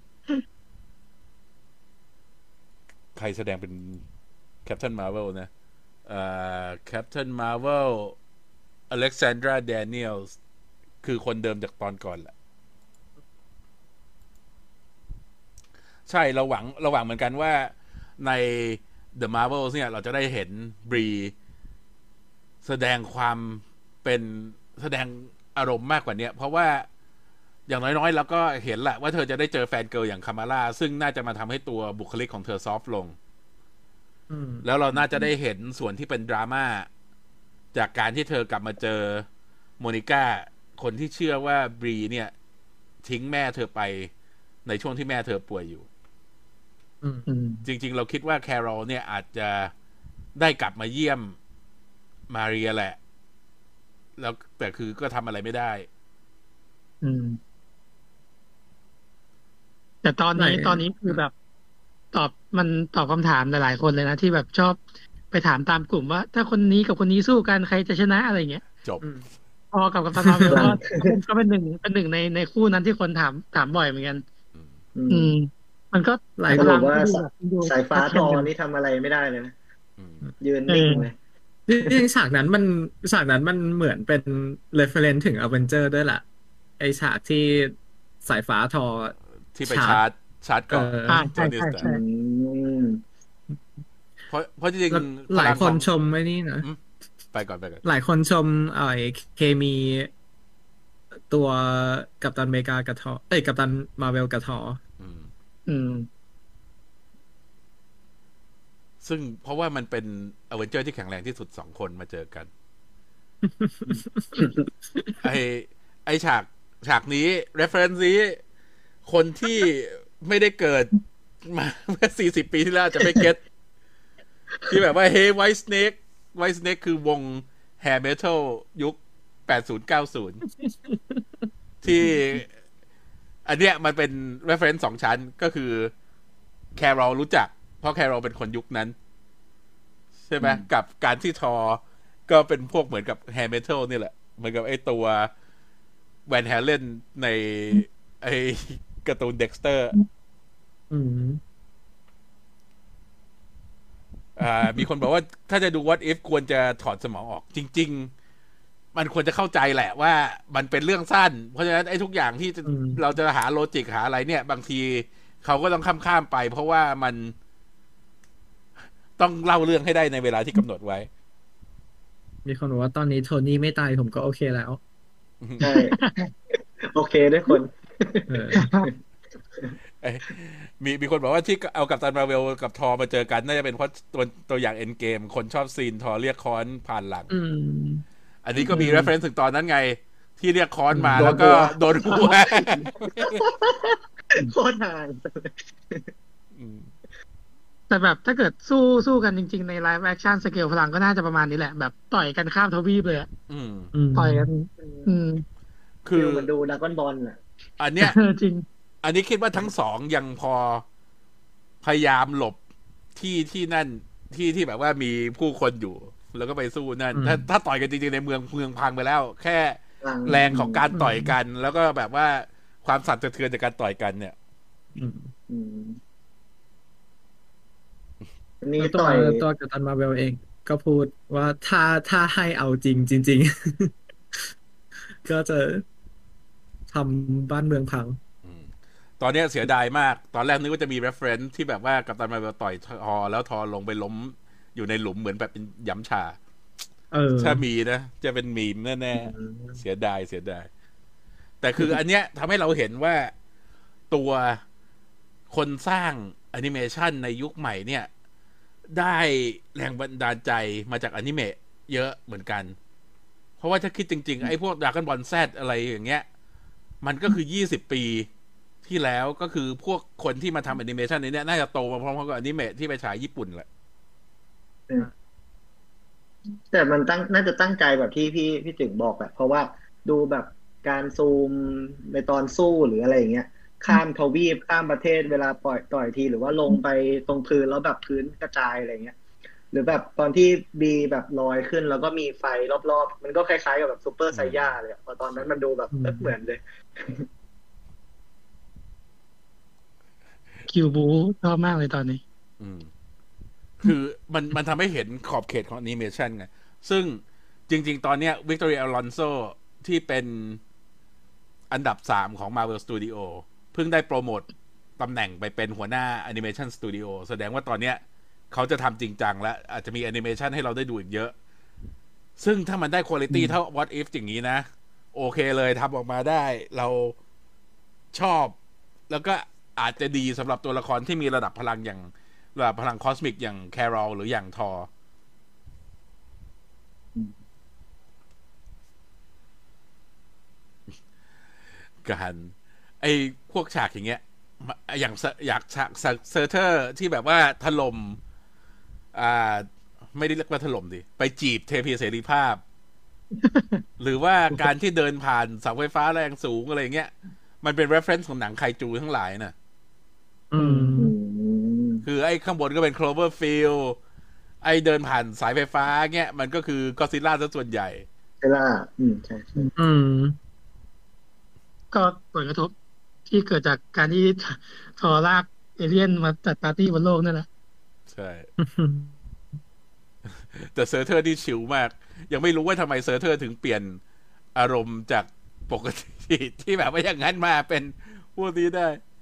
ใครแสดงเป็นแคป t ันมาร์เวลนะเอ่อแคป t ันมาร์เวลอเล็กซานดราแดเนียลส์คือคนเดิมจากตอนก่อนแหละ ใช่เราหวังเราหวังเหมือนกันว่าใน The Marvels เนี่ยเราจะได้เห็นบรีแสดงความเป็นแสดงอารมณ์มากกว่านี้เพราะว่าอย่างน้อยๆเราก็เห็นแหละว่าเธอจะได้เจอแฟนเกิร์ลอย่างคามาร่าซึ่งน่าจะมาทำให้ตัวบุคลิกของเธอซอฟต์ลงอืมแล้วเราน่าจะได้เห็นส่วนที่เป็นดราม่าจากการที่เธอกลับมาเจอโมนิก้าคนที่เชื่อว่าบรีเนี่ยทิ้งแม่เธอไปในช่วงที่แม่เธอป่วยอยู่อืมอืมจริงๆเราคิดว่าแคโรลเนี่ยอาจจะได้กลับมาเยี่ยมมาเรียแหละ แล้วแต่คือก็ทำอะไรไม่ได้อืม แต่ตอนนี้ไหนตอนนี้คือแบบ ตอบมันตอบคำถามหลายๆคนเลยนะที่แบบชอบไปถามตามกลุ่มว่า ถ้าคนนี้กับคนนี้สู้กันใครจะชนะอะไรเงี้ยจบอืมพอกับกัปตันมาร์เวลก็ก็เป็นหนึ่งเป็นหนึ่งในในคู่นั้นที่คนถามถามบ่อยเหมือนกันอือืมม มันก็หลายเขาคนบอกว่าดูสาแบบดูสายฟ้าชัดทเจอนกันนี่ทำอะไรไม่ได้เลยนะอืมยืนนิ่งเลยจริงๆฉากนั้นมันฉากนั้นมันเหมือนเป็น reference ถึง Avenger ด้วยแหละไอฉากที่สายฟ้าทอที่ไปชาร์จชาร์จก่อนเอออ่าจใช่อห์นนี่ใช่สตาใช่ร์อืมเพราะเพราะจริงแล้วๆหลายพงคนของชมไอ้นี่นะอืมไปก่อนไปก่อนหลายคนชมไอ้เคมีตัวกัปตันอเมริกากับทอเอ้ยกัปตันมาเวลกับทออืมอืมซึ่งเพราะว่ามันเป็นอเวนเจอร์ที่แข็งแรงที่สุดสองคนมาเจอกัน ไอไอฉากฉากนี้ reference นี้คนที่ไม่ได้เกิดมาเมื่อสี่สิบปีที่แล้วจะไม่เก็ตที่แบบว่า Hey White Snake White Snake คือวง hair metal ยุคแปดสิบ เก้าสิบ ที่อันเนี้ยมันเป็น reference สองชั้นก็คือแคโรลรู้จักเพราะแคโรลเป็นคนยุคนั้น ใช่ไหมกับการที่ทอก็เป็นพวกเหมือนกับ hair metal นี่แหละเหมือนกับไอ้ตัวแวนแฮเลนในไอ้การ์ตูนเด็กสเตอร์อืมอ่า มีคนบอกว่าถ้าจะดู what if ควรจะถอดสมองออก จริง ๆ มันควรจะเข้าใจแหละว่ามันเป็นเรื่องสั้น เพราะฉะนั้นไอ้ทุกอย่างที่จะอืมเราจะหาโลจิกหาอะไรเนี่ย บางทีเขาก็ต้องข้ามข้ามๆไป เพราะว่ามันต้องเล่าเรื่องให้ได้ในเวลาที่กำหนดไว้มีคนบอกว่าตอนนี้โทนี่ไม่ตายผมก็โอเคแล้วใช่ โอเคด้วยคนเออเอ้ยมีมีคนบอกว่าที่เอากับตันมาร์เวลกับทอมาเจอกันน่าจะเป็นเพราะตัวตัวอย่างเอ็นเกมคนชอบซีนทอเรียกค้อนผ่านหลังอืมอันนี้ก็มี reference ถึงตอนนั้นไง ที่เรียกค้อนมาโดนแล้วก็หัวโดนหัวโคตรห่างอืมแต่แบบถ้าเกิดสู้สู้กันจริงๆในไลฟ์แอคชั่นสเกลพลังก็น่าจะประมาณนี้แหละ แบบต่อยกันข้ามทวีปเลยอะอืมอืมต่อยกัน อืมคือฟิลเหมือนดูดราก้อนบอลอ่ะอันเนี้ยเออจริงอันนี้คิดว่าทั้งสองยังพอพยายามหลบที่ที่นั่นที่ที่แบบว่ามีผู้คนอยู่ แล้วก็ไปสู้นั่นอืมถ้าถ้าต่อยกันจริงๆในเมืองเมืองพังไปแล้ว แค่หลังแรงของการต่อยกัน แล้วก็แบบว่าความสั่นสะเทือนจากการต่อยกันเนี่ยอืมอืมอันนี้แล้วตัวต่อยตัวกัปตันมาร์เวลเองก็พูดว่าถ้าถ้าให้เอาจริงจริงๆก็จะทำบ้านเมืองพังอืมตอนเนี้ยเสียดายมาก ตอนแรกนึกว่าจะมี reference ที่แบบว่ากัปตันมาร์เวลต่อยทอแล้วทอลงไปล้มอยู่ในหลุมเหมือนแบบเป็นหยำชาเออถ้ามีนะ จะเป็นมีมแน่ๆเสียดายเสียดายแต่คืออันเนี้ยทำให้เราเห็นว่าตัวคนสร้างแอนิเมชันในยุคใหม่เนี่ย ได้แรงบันดาลใจมาจากอนิเมะเยอะเหมือนกัน เพราะว่าถ้าคิดจริงๆ ไอ้พวกดราก้อนบอลแซดอะไรอย่างเงี้ย มันก็คือยี่สิบปีที่แล้วก็คือพวกคนที่มาทำแอนิเมชันในเนี้ยน่าจะโตมาพร้อมกับอนิเมะที่ไปฉายญี่ปุ่นแหละแต่มันตั้งน่าจะตั้งใจแบบที่พี่พี่ถึงบอกแหละเพราะว่าดูแบบการซูมในตอนสู้หรืออะไรอย่างเงี้ยข้ามทวีปข้ามประเทศเวลาปล่อยต่อยทีหรือว่าลงไปตรงพื้นแล้วแบบพื้นกระจายอะไรเงี้ยหรือแบบตอนที่บีแบบลอยขึ้นแล้วก็มีไฟรอบๆมันก็คล้ายๆกับแบบซูเปอร์ไซย่าเลยอะพอตอนนั้นมันดูแบบเอ๊ะเหมือนเลยคิวบูชอบมากเลยตอนนี้อืม คือมันมันทำให้เห็นขอบเขตของแอนิเมชันไง ซึ่งจริงๆ ตอนเนี้ยวิกตอเรียอลอนโซที่เป็นอันดับสามของ Marvel Studio เพิ่งได้โปรโมทตำแหน่งไปเป็นหัวหน้า Animation Studio แสดงว่าตอนเนี้ยเขาจะทำจริงจังและอาจจะมีแอนิเมชันให้เราได้ดูอีกเยอะ ซึ่งถ้ามันได้คุณภาพเท่า What If อย่างนี้นะ โอเคเลยทำออกมาได้เราชอบ แล้วก็อาจจะดีสำหรับตัวละครที่มีระดับพลังอย่างระดับพลังคอสมิกอย่างแครอลหรืออย่างทอร์การไอ้พวกฉากอย่างเงี้ยอย่างอยากฉากเซอร์เทอร์ที่แบบว่าถล่มอ่าไม่ได้เรียกว่าถล่มดิไปจีบเทพีเสรีภาพ หรือว่าการที่เดินผ่านเสาไฟฟ้าแรงสูงอะไรเงี้ยมันเป็น reference ของหนังไคจูทั้งหลายน่ะอืมคือไอ้ข้างบนก็เป็น Cloverfield ไอ้เดินผ่านสายไฟฟ้าเงี้ยมันก็คือก็ซิล่าซะส่วนใหญ่ใช่ล่ะอืมใช่ใช่อืมก็ผลกระทบที่เกิดจากการที่ทอลากเอเลี่ยนมาจัดปาร์ตี้บนโลกนั่นแหละใช่ แต่เซอร์เทอร์นี่ชิลมาก ยังไม่รู้ว่าทำไมเซอร์เทอร์ถึงเปลี่ยนอารมณ์จากปกติที่แบบว่าอย่างนั้นมาเป็นพวกนี้ได้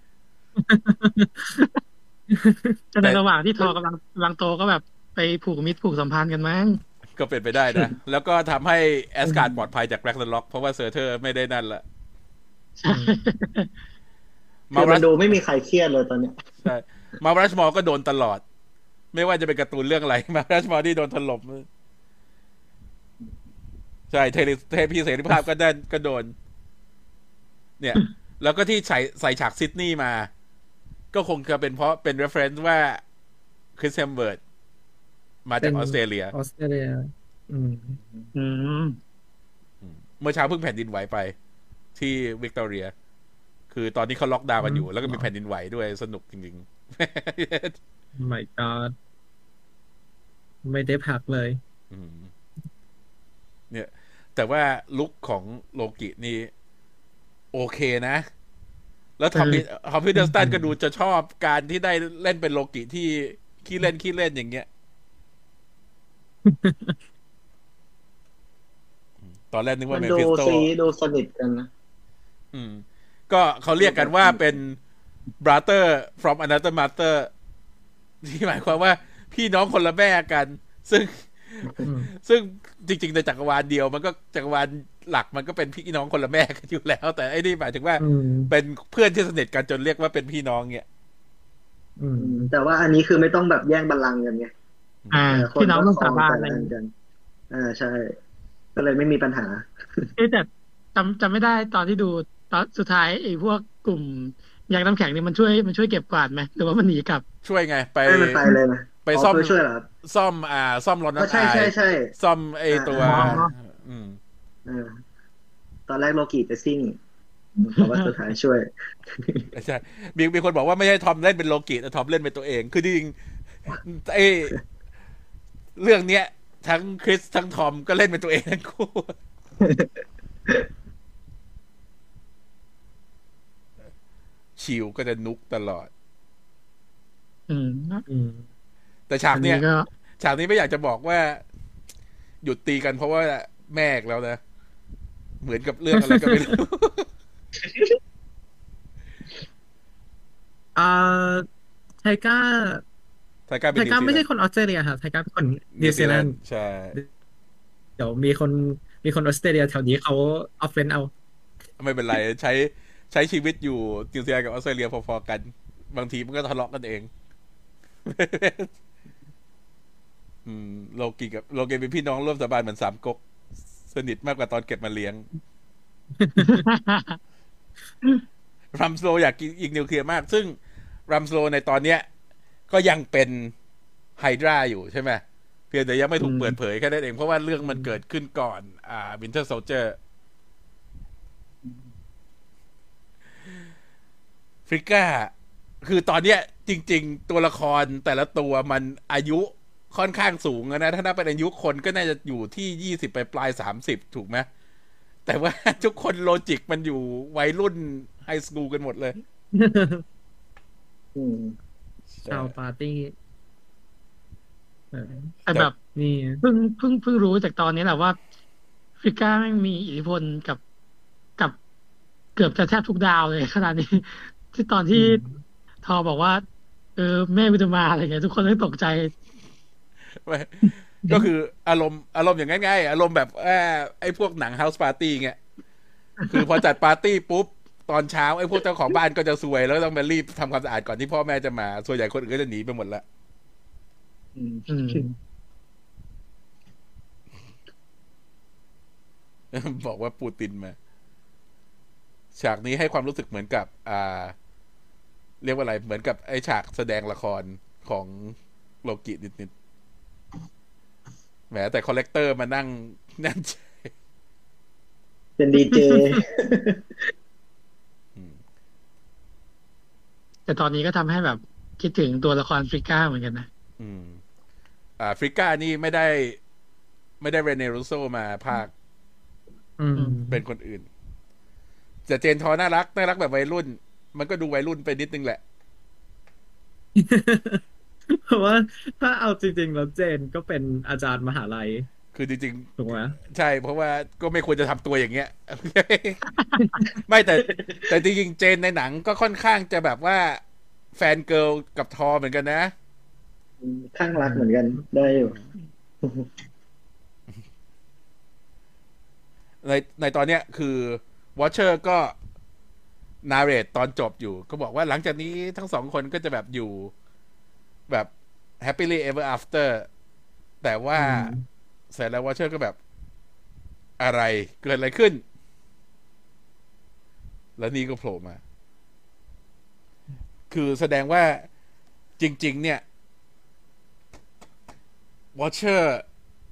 ก็ในระหว่างที่ทอกำลังกำลังโตก็แบบไปผูกมิตรผูกสัมพันธ์กันมั้งก็เป็นไปได้นะ แล้วก็ทำให้แอสการ์ดปลอดภัยจากแร็กนาร็อกเพราะว่าเซอร์เทอร์ไม่ได้นั่นละใช่คือมันดูไม่มีใครเครียดเลยตอนเนี้ยใช่มารัชมอร์ก็โดนตลอด ไม่ว่าจะเป็นการ์ตูนเรื่องอะไร มารัชมอร์ที่โดนถล่มใช่เทเลเทพีเสรีภาพก็ได้ก็โดน เนี่ย แล้วก็ที่ใส่ใส่ฉากซิดนีย์มา ก็คงจะเป็นเพราะเป็น reference ว่าคริสเฮมเบิร์ดมาจากออสเตรเลียออสเตรเลีย อืมอืมเมื่อเช้าเพิ่งแผ่นดินไหวไป ที่วิกตอเรีย คือตอนนี้เขาล็อกดาวน์กันอยู่ แล้วก็มีแผ่นดินไหวด้วยสนุกจริงๆ my god ไม่ได้พักเลยอืมเนี่ย แต่ว่าลุคของโลกินี่ โอเคนะ แล้วทอมพิทอมพิเดอร์สตันก็ดูจะชอบการที่ได้เล่นเป็นโลกิที่ขี้เล่นขี้เล่นอย่างเงี้ย ตอนแรกนึกมัว่าน เมดูฟิสโตซีดูสนิทกันนะอืม ก็เขาเรียกกันว่าเป็น brother from another mother ที่หมายความว่าพี่น้องคนละแม่กัน ซึ่งอืมซึ่งจริงๆในจักรวาลเดียวมันก็จักรวาลหลักมันก็เป็นพี่น้องคนละแม่กันอยู่แล้ว แต่ไอ้นี่หมายถึงว่าอืมเป็นเพื่อนที่สนิทกันจนเรียกว่าเป็นพี่น้องเนี่ยอืมอืมแต่ว่าอันนี้คือไม่ต้องแบบแย่งบัลลังก์กันไงอ่าแต่คพี่น้องก็ต้องครสาบานแต่อะไรละอันกัน อ่าใช่ ก็เลยไม่มีปัญหาเอ้ยแต่จำจำไม่ได้ตอนที่ดูตอนสุดท้ายไอ้พวกกลุ่มยักษ์น้ำแข็งนี่มันช่วยมันช่วยเก็บกวาดไหมหรือว่ามันหนีกลับช่วยไงไปให้มันไปเลยนะไปซ่อมเพื่อช่วยเหรอครับซ่อมอ่า ซ่อมรถก็น้ำใช่อายใช่ใช่ซ่อมไอ้ตัวอ๋ออืมเออตอนแรกโลกิไปซิ่งแต่ว่าสุดท้ายช่วยใช่มีมีคนบอกว่าไม่ใช่ทอมเล่นเป็นโลกิแต่ทอมเล่นเป็นตัวเอง คือจริงไอ้เรื่องเนี้ย ทั้งคริสทั้งทอมก็เล่นเป็นตัวเองทั้งคู่ ชิวก็จะนุกตลอดอืมอืมแต่ฉาอักนเนี้นี้ยก็ฉากนี้ไม่อยากจะบอกว่า หยุดตีกันเพราะว่าแม่อีกแล้วนะ เหมือนกับเรื่องอะไรก็ไม่รู้อ่าไทก้าไทก้าไทเป็นนิวก้าซีไม่แลใช่นด์คนออสเตรเลียค่ะไทก้าเป็นคนนินิววซีซีแลแลนนด์ด์ใช่เดี๋ยวมีคนมีคนออสเตรเลียแถวนี้เขาออฟเฟนเอาไม่เป็นไร ใช้ใช้ชีวิตอยู่นิวซีแลนด์กับออสเตรเลียพอๆกัน บางทีมันก็ทะเลาะกันเอง อืมโลกีกับโลเกเป็นพี่น้องร่วมสาบานเหมือนสามก๊กสนิทมากกว่าตอนเก็บมาเลี้ยง รัมสโลอยากยิงนิวเคลียร์มาก ซึ่งรัมสโลในตอนเนี้ย ก็ยังเป็นไฮดราอยู่ใช่ไหมเพียงแต่ยังไม่ถูกอืมเปิดเผยแค่นั้นเอง เพราะว่าเรื่องมันเกิดขึ้นก่อน อ่าวินเทอร์โซลเจอร์ฟริก้า คือตอนเนี้ยจริง ๆ ตัวละครแต่ละตัวมันอายุค่อนข้างสูงนะ ถ้านับเป็นอายุคนก็น่าจะอยู่ที่ยี่สิบไปปลายสามสิบถูกไหมแต่ว่า ทุกคนโลจิกมันอยู่วัยรุ่นไฮสคูลกันหมดเลยอืมชาวปาร์ตี้เออแต่แบบนี่เพิ่งเพิ่งเพิ่งรู้จากตอนนี้แหละว่าฟิก้าแม่งมีอิทธิพลกับกับเกือบจะแทบทุกดาวเลยขนาดนี้ ที่ตอนที่ทอบอกว่า เออแม่วิตมาอะไรเงี้ยทุกคนต้องตกใจไม่ก็คืออารมณ์อารมณ์อย่างง่ายๆอารมณ์แบบเอ่อไอ้พวกหนังเฮาส์ปาร์ตี้เงี้ยคือพอจัดปาร์ตี้ปุ๊บ ตอนเช้าไอ้พวกเจ้าของบ้านก็จะซวย แล้วต้องไปรีบทำความสะอาดก่อนที่พ่อแม่จะมา ส่วนใหญ่คนอื่นก็จะหนีไปหมดละอืมอืมบอกว่าปูตินมา ฉากนี้ให้ความรู้สึกเหมือนกับ อ่า เรียกว่าอะไรเหมือนกับไอ้ฉากแสดงละครของโลกินิดๆแหมแต่คอลเลกเตอร์มานั่งนั่นเป็นดีเจแต่ตอนนี้ก็ทำให้แบบคิดถึงตัวละครฟริก้าเหมือนกันนะอืม อ่าฟริก้านี่ไม่ได้ ไม่ได้เรเนรูโซมาภาคอืมเป็นคนอื่นแต่เจนทอน่ารักน่ารักแบบวัยรุ่น มันก็ดูวัยรุ่นไปนิดนึงแหละเพราะว่าถ้าเอาจริงๆแล้วเจนก็เป็นอาจารย์มหาลัยคือจริงถูกไหมๆ ใช่ เพราะว่าก็ไม่ควรจะทำตัวอย่างเงี้ย ไม่แต่ แต่จริงๆ เจนในหนังก็ค่อนข้างจะแบบว่าแฟนเกิร์ลกับทอเหมือนกันนะข้างรักเหมือนกันได้อยู่ในในตอนเนี้ยคือวอชเชอร์ก็นาเรตตอนจบอยู่ ก็บอกว่าหลังจากนี้ทั้งสองคนก็จะแบบอยู่แบบ happily ever after แต่ว่าอืมเสร็จแล้ววอชเชอร์ก็แบบอะไรเกิดอะไรขึ้น แล้วนี่ก็โผล่มา คือแสดงว่าจริง ๆ เนี่ยวอชเชอร์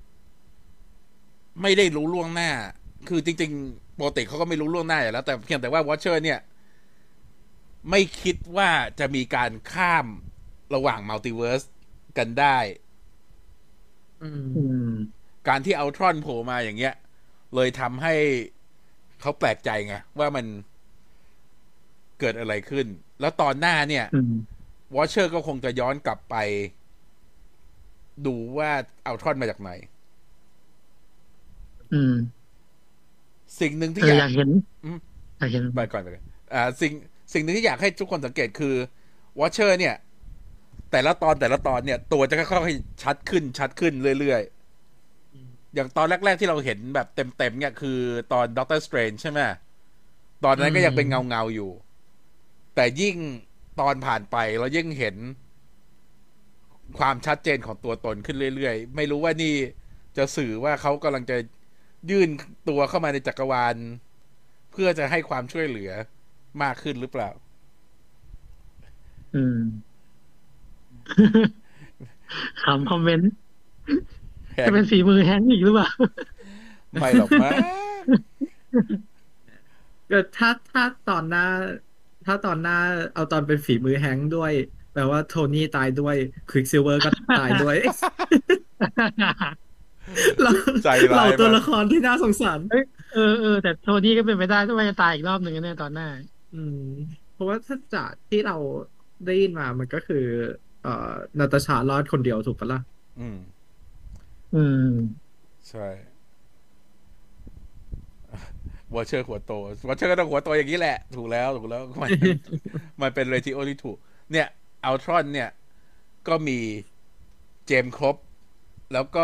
ไม่ได้รู้ล่วงหน้า คือจริงๆปกติเขาก็ไม่รู้ล่วงหน้าอยู่แล้ว แต่เพียงแต่ว่าวอชเชอร์เนี่ย ไม่คิดว่าจะมีการข้ามระหว่างมัลติเวิร์สกันได้อืมอืมการที่เอาทรอนโผล่มาอย่างเงี้ย เลยทำให้เขาแปลกใจไงว่ามันเกิดอะไรขึ้น แล้วตอนหน้าเนี่ยอืมวอชเชอร์ก็คงจะย้อนกลับไป ดูว่าเอาทรอนมาจากไหนอืมสิ่งหนึ่งที่เออออยากยากเห็นอืมอยากเห็นไปก่อนไปก่อนอ่าสิ่งสิ่งหนึ่งที่อยากให้ทุกคนสังเกตคือวอชเชอร์เนี่ย แต่ละตอนแต่ละตอนเนี่ย ตัวจะค่อยๆชัดขึ้นชัดขึ้นเรื่อยๆ อย่างตอนแรกๆที่เราเห็นแบบเต็มๆเนี่ยคือตอนด็อกเตอร์สเตรนจ์ใช่ไหมตอนนั้นก็ยังเป็นเงาเงาๆอยู่ แต่ยิ่งตอนผ่านไปเรายิ่งเห็น ความชัดเจนของตัวตนขึ้นเรื่อยๆ ไม่รู้ว่านี่จะสื่อว่าเขากำลังจะยื่นตัวเข้ามาในจักรวาล เพื่อจะให้ความช่วยเหลือมากขึ้นหรือเปล่าอืม คำคอมเมนต์แฮงจะเป็นฝีมือแฮงค์อีกหรือเปล่าไม่หรอกมั้งก็ถ้าถ้าตอนหน้า ถ้าตอนหน้าเอาตอนเป็นฝีมือแฮงค์ด้วยแปลว่าโทนี่ตายด้วยควิกซิลเวอร์ก็ตายด้วย เราใจร้ายเราตัวมากละครที่น่าสงสารเอ้ยเออเออแต่โทนี่ก็เป็นไปได้ที่ว่าจะตายอีกรอบหนึ่งแน่ตอนหน้าอืม เพราะว่าถ้าจากที่เราได้ยินมามันก็คือเอ่อนาตาชารอดคนเดียวถูกปะล่ะอืมอืมใช่วอเชอร์หัวโตวอเชอร์ก็ต้องหัวโตอย่างนี้แหละ ถูกแล้วถูกแล้วมันมันเป็นเรทิโอที่ถูก เนี่ยอัลทรอนเนี่ย ก็มีเจมส์ครบ แล้วก็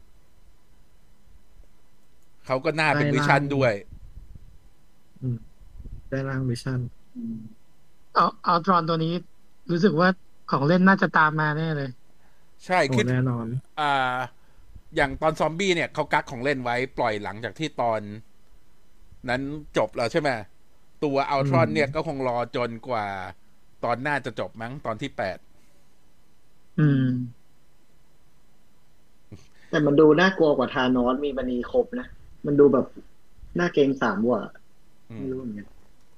เขาก็หน้าเป็นวิชั่นด้วยอืมได้ร่างวิชั่นเอาเอาตรอนตัวนี้รู้สึกว่าของเล่นน่าจะตามมาแน่เลยใช่โอ้คิดแน่นอนอ่า อย่างตอนซอมบี้เนี่ยเขากักของเล่นไว้ปล่อยหลังจากที่ตอน นั้นจบแล้วใช่ไหมตัวอัลทรอนเนี่ยก็คงรอจนกว่า ตอนหน้าจะจบมั้งตอนที่แปดอืมแต่มันดูน่ากลัวกว่าธานอสมีมณีครบนะ มันดูแบบน่าเกรงสามว่ะอืมไม่รู้เหมือนกัน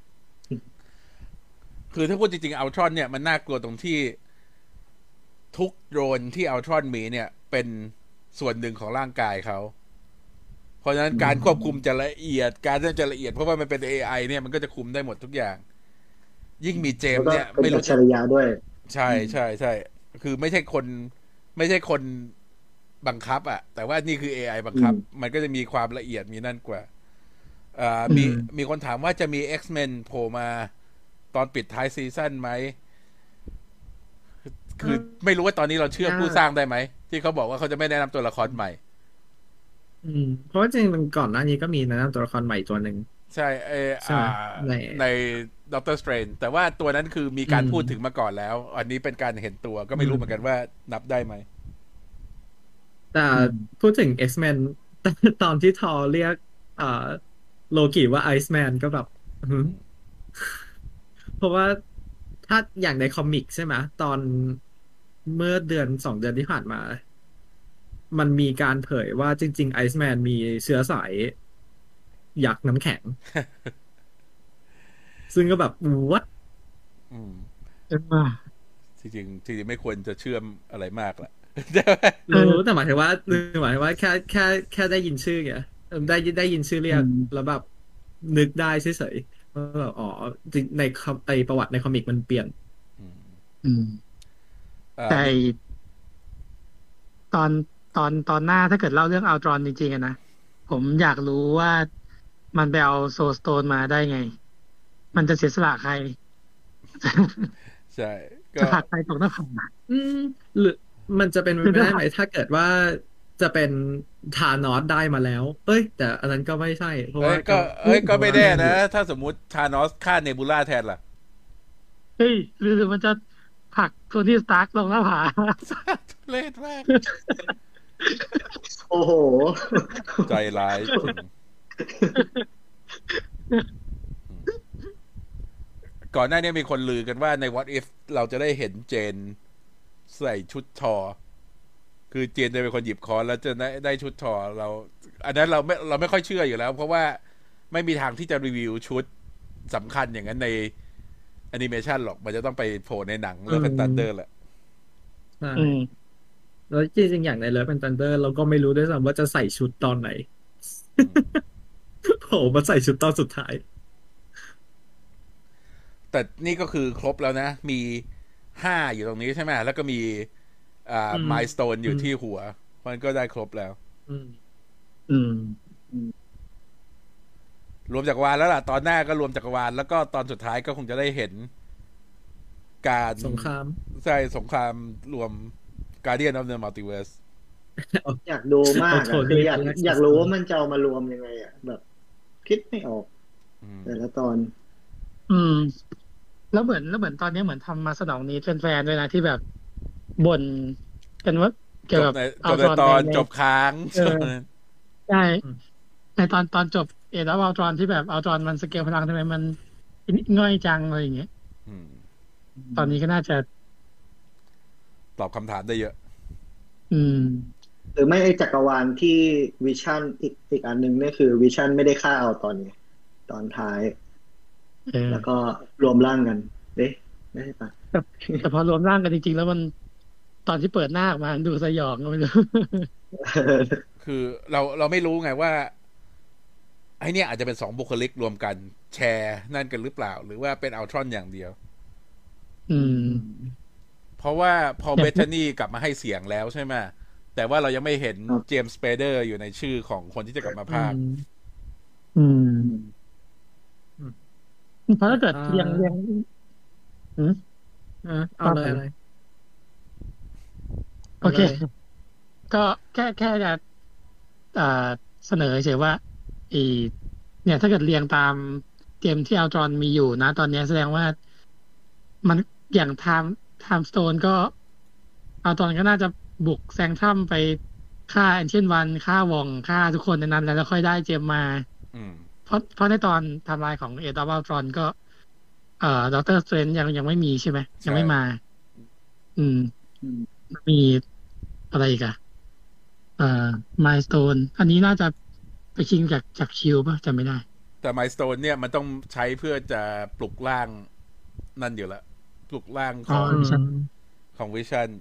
คือถ้าพูดจริงๆอัลทรอนเนี่ยมันน่ากลัวตรงที่ ทุกโดรนที่อัลทรอนมีเนี่ย เป็นส่วนหนึ่งของร่างกายเขา เพราะฉะนั้นการควบคุมจะละเอียด การจะละเอียดเพราะว่ามันเป็น เอ ไอ เนี่ยมันก็จะคุมได้หมดทุกอย่าง ยิ่งมีเจมแล้วส์ก็เนี่ยเป็นไม่อัรู้จฉริยะด้วยใช่ใช่ใช่คือไม่ใช่คน ไม่ใช่คนบังคับ อ่ะ แต่ว่านี่คือ เอ ไอ บังคับอืมมันก็จะมีความละเอียดมีนั่นกว่าอ่ามีอืมมีคนถามว่าจะมี X-Men โผล่มาตอนปิดท้ายซีซั่นไหม คือไม่รู้ว่าตอนนี้เราเชื่อผู้สร้างได้ไหม ที่เขาบอกว่าเขาจะไม่แนะนำตัวละครใหม่อืมเพราะว่าจริงๆมันก่อนหน้านี้ก็มีแนะนำตัวละครใหม่ตัวหนึ่งใช่เออใช่ไหมอ่าในในด็อกเตอร์สเตรนแต่ว่าตัวนั้นคือมีการอืมพูดถึงมาก่อนแล้ว อันนี้เป็นการเห็นตัวก็ไม่รู้เหมือนกันว่านับได้ไหมแต่อืมพูดถึง X-Men ตอนที่ทอเรียกเอ่อโลกิว่าไอซ์แมนก็แบบหืมเพราะว่าถ้าอย่างในคอมิกใช่ไหมตอนเมื่อเดือนสองเดือนที่ผ่านมา มันมีการเผยว่าจริงๆไอซ์แมนมีเชื้อสายยักษ์น้ำแข็ง ซึ่งก็แบบ what อืมเอ็มมาจริงๆจริงๆไม่ควรจะเชื่อมอะไรมากละเออรู้แต่หมายถึงว่าหมายถึงว่าแค่แค่แค่ได้ยินชื่อไงเออได้ได้ยินชื่อเรียกอืมแล้วแบบนึกได้เฉยๆว่าแบบอ๋อจริงในคอมในประวัติในคอมิกมันเปลี่ยนอืมอ่าแต่มีตอนตอนตอนหน้าถ้าเกิดเล่าเรื่องอัลตรอนจริงๆอะนะ ผมอยากรู้ว่ามันไปเอาโซลสโตนมาได้ไง มันจะเสียสละใครใช่ก็จะผลักใครตกหน้าผาอืมหรือมันจะเป็นไปคือถ้าได้ไหมถ้าเกิดว่าจะเป็นธานอสได้มาแล้ว เอ้ย แต่อันนั้นก็ไม่ใช่ เพราะเอ้ว่ายก็เอ้ยก็ไม่แน่นะอยู่ถ้าสมมุติธานอสฆ่าเนบูล่าแทนล่ะเฮ้ยหรือหรือมันจะผลักโทนี่สตาร์กลงหน้าผาทุเรศมากโอ้โหใจร้ายจริงก่อนหน้านี้มีคนลือกันว่าใน What If เราจะได้เห็นเจนใส่ชุดทอ คือเจนจะเป็นคนหยิบค้อนแล้วจะได้ได้ชุดทอเรา อันนั้นเราไม่เราไม่ค่อยเชื่ออยู่แล้ว เพราะว่าไม่มีทางที่จะรีวิวชุดสำคัญอย่างนั้นในแอนิเมชันหรอก มันจะต้องไปโผล่ในหนังเรื่องตันเดอร์แหละใช่อืมแล้วจริงๆอย่างในเลิฟเป็นทันเดอร์เราก็ไม่รู้ด้วยซ้ำว่าจะใส่ชุดตอนไหนอืมโผล่มาใส่ชุดตอนสุดท้ายแต่นี่ก็คือครบแล้วนะ มีห้าอยู่ตรงนี้ใช่ไหมแล้วก็มีอ่าอืมมายสโตนอยู่อืมที่หัว มันก็ได้ครบแล้วอืมอืมรวมจักรวาลแล้วล่ะ ตอนหน้าก็รวมจักรวาล แล้วก็ตอนสุดท้ายก็คงจะได้เห็น การสงครามใช่สงครามรวม Guardian of the Multiverse อยากดูมากเอาอะโทนี่คืออยากไปแลกอยากรู้ว่ามันจะเอามารวมยังไงอะแบบ คิดไม่ออกอืมแต่ละตอนอืม แล้วเหมือนแล้วเหมือนตอนนี้เหมือนทำมาสนองนี้แฟนๆด้วยนะที่แบบบ่นกันว่าเกี่จยวบกับในอัจลบตในรอนตอนในจบค้างเออ ใช่อืมในตอนตอนจบเอ็ดอัลตรอนที่แบบอัลตรอนมันสเกลพลังทำไมมันง่อยจังอะไรอย่างเงี้ยอืมตอนนี้ก็น่าจะตอบคำถามได้เยอะอืมหรือไม่ไอจักรวาลที่วิชั่นอีกอีกอันหนึ่งนี่คือวิชั่นไม่ได้ฆ่าเอาตอนนี้ตอนท้ายเออแล้วก็รวมร่างกันเอ๊ะไม่ใช่ปะแต่พอรวมร่างกันจริงๆ แล้วมันตอนที่เปิดหน้าออกมาดูสยองก็ไม่รู้คือเราเราไม่รู้ไงว่าไอเนี่ยอาจจะเป็นสองบุคลิกรวมกันแชร์นั่นกันหรือเปล่า หรือว่าเป็นอัลทรอนอย่างเดียวอืมเพราะว่าพออย่างเบธานีกลับมาให้เสียงแล้วใช่ไหมแต่ว่าเรายังไม่เห็นครับเจมส์สเปเดอร์อยู่ในชื่อของคนที่จะกลับมาอืพากย์มอืมอืมเพราะถ้าเกิดอ่าเรียงเรียงอืมอ่ะเอาเลยว่าไปเลยโอเคาลยก็แค่แค่จะอ่าเสนอเฉยว่าอีเนี่ยถ้าเกิดเรียงตามเกมที่อัลตรอนมีอยู่นะ ตอนเนี้ยแสดงว่ามันอย่างไทม์ไทม์สโตนก็อัลตรอนก็น่าจะบุกแซงทรัมไปฆ่าแอนเชียนวันฆ่าวองฆ่าทุกคนในนั้น แล้วแล้วค่อยได้เจมมาอืมเพราะเพราะในตอนไทม์ไลน์ของเอดอ f อัลตรอนก็ เอ่อด็อกเตอร์สเตรนยังยังไม่มีใช่ไหมยังไม่มา อืมอืมมีอะไรอีกอะเอ่อมายสโตนอันนี้น่าจะไปชิงจากจากชิลป่ะจำไม่ได้แต่มายสโตนเนี่ยมันต้องใช้เพื่อจะปลุกร่างนั่นอยู่แล้วปลุกร่างขอ๋อองอืมใช่ของวิชั่น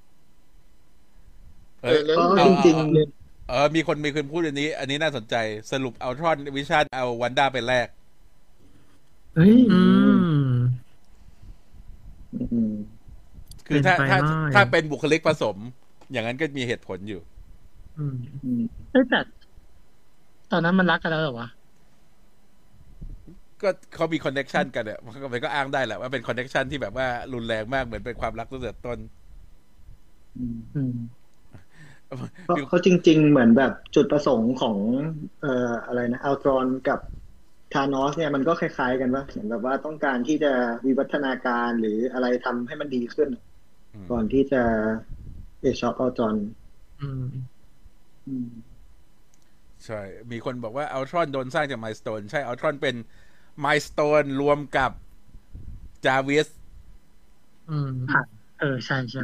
เอเอ้อย แล้วก็เอาจริงเอาๆเออมีคนมีคนพูดอันนี้ อันนี้น่าสนใจสรุปเอาทรอนวิชั่นเอาวันด้าไปแลกเฮ้ยอืมอืมคือถ้าเป็นไปถ้าได้ถ้าเป็นบุคลิกผสม อย่างนั้นก็มีเหตุผลอยู่อืมอืมเอ้ยแต่ตอนนั้นมันรักกันแล้วเหรอวะก็เขามีคอนเน็ชันกันเนี่ยมันก็มันก็อ้างได้แหละว่าเป็นคอนเน็ชันที่แบบว่ารุนแรงมากเหมือนเป็นความรักตั้งแต่ต้นอืมอืมเพราะเขาจริง ๆ เหมือนแบบจุดประสงค์ของเอ่ออะไรนะอัลตรอนกับธานอสเนี่ยมันก็คล้าย ๆ กันว่าเหมือนแบบว่าต้องการที่จะวิวัฒนาการหรืออะไรทำให้มันดีขึ้นอืมก่อนที่จะเอชอปอัลตรอนอืมอืมใช่ มีคนบอกว่าอัลทรอนโดนสร้างจากไมล์สโตนใช่อัลทรอนเป็นไมล์สโตนรวมกับจาวิสอืมเออใช่ใช่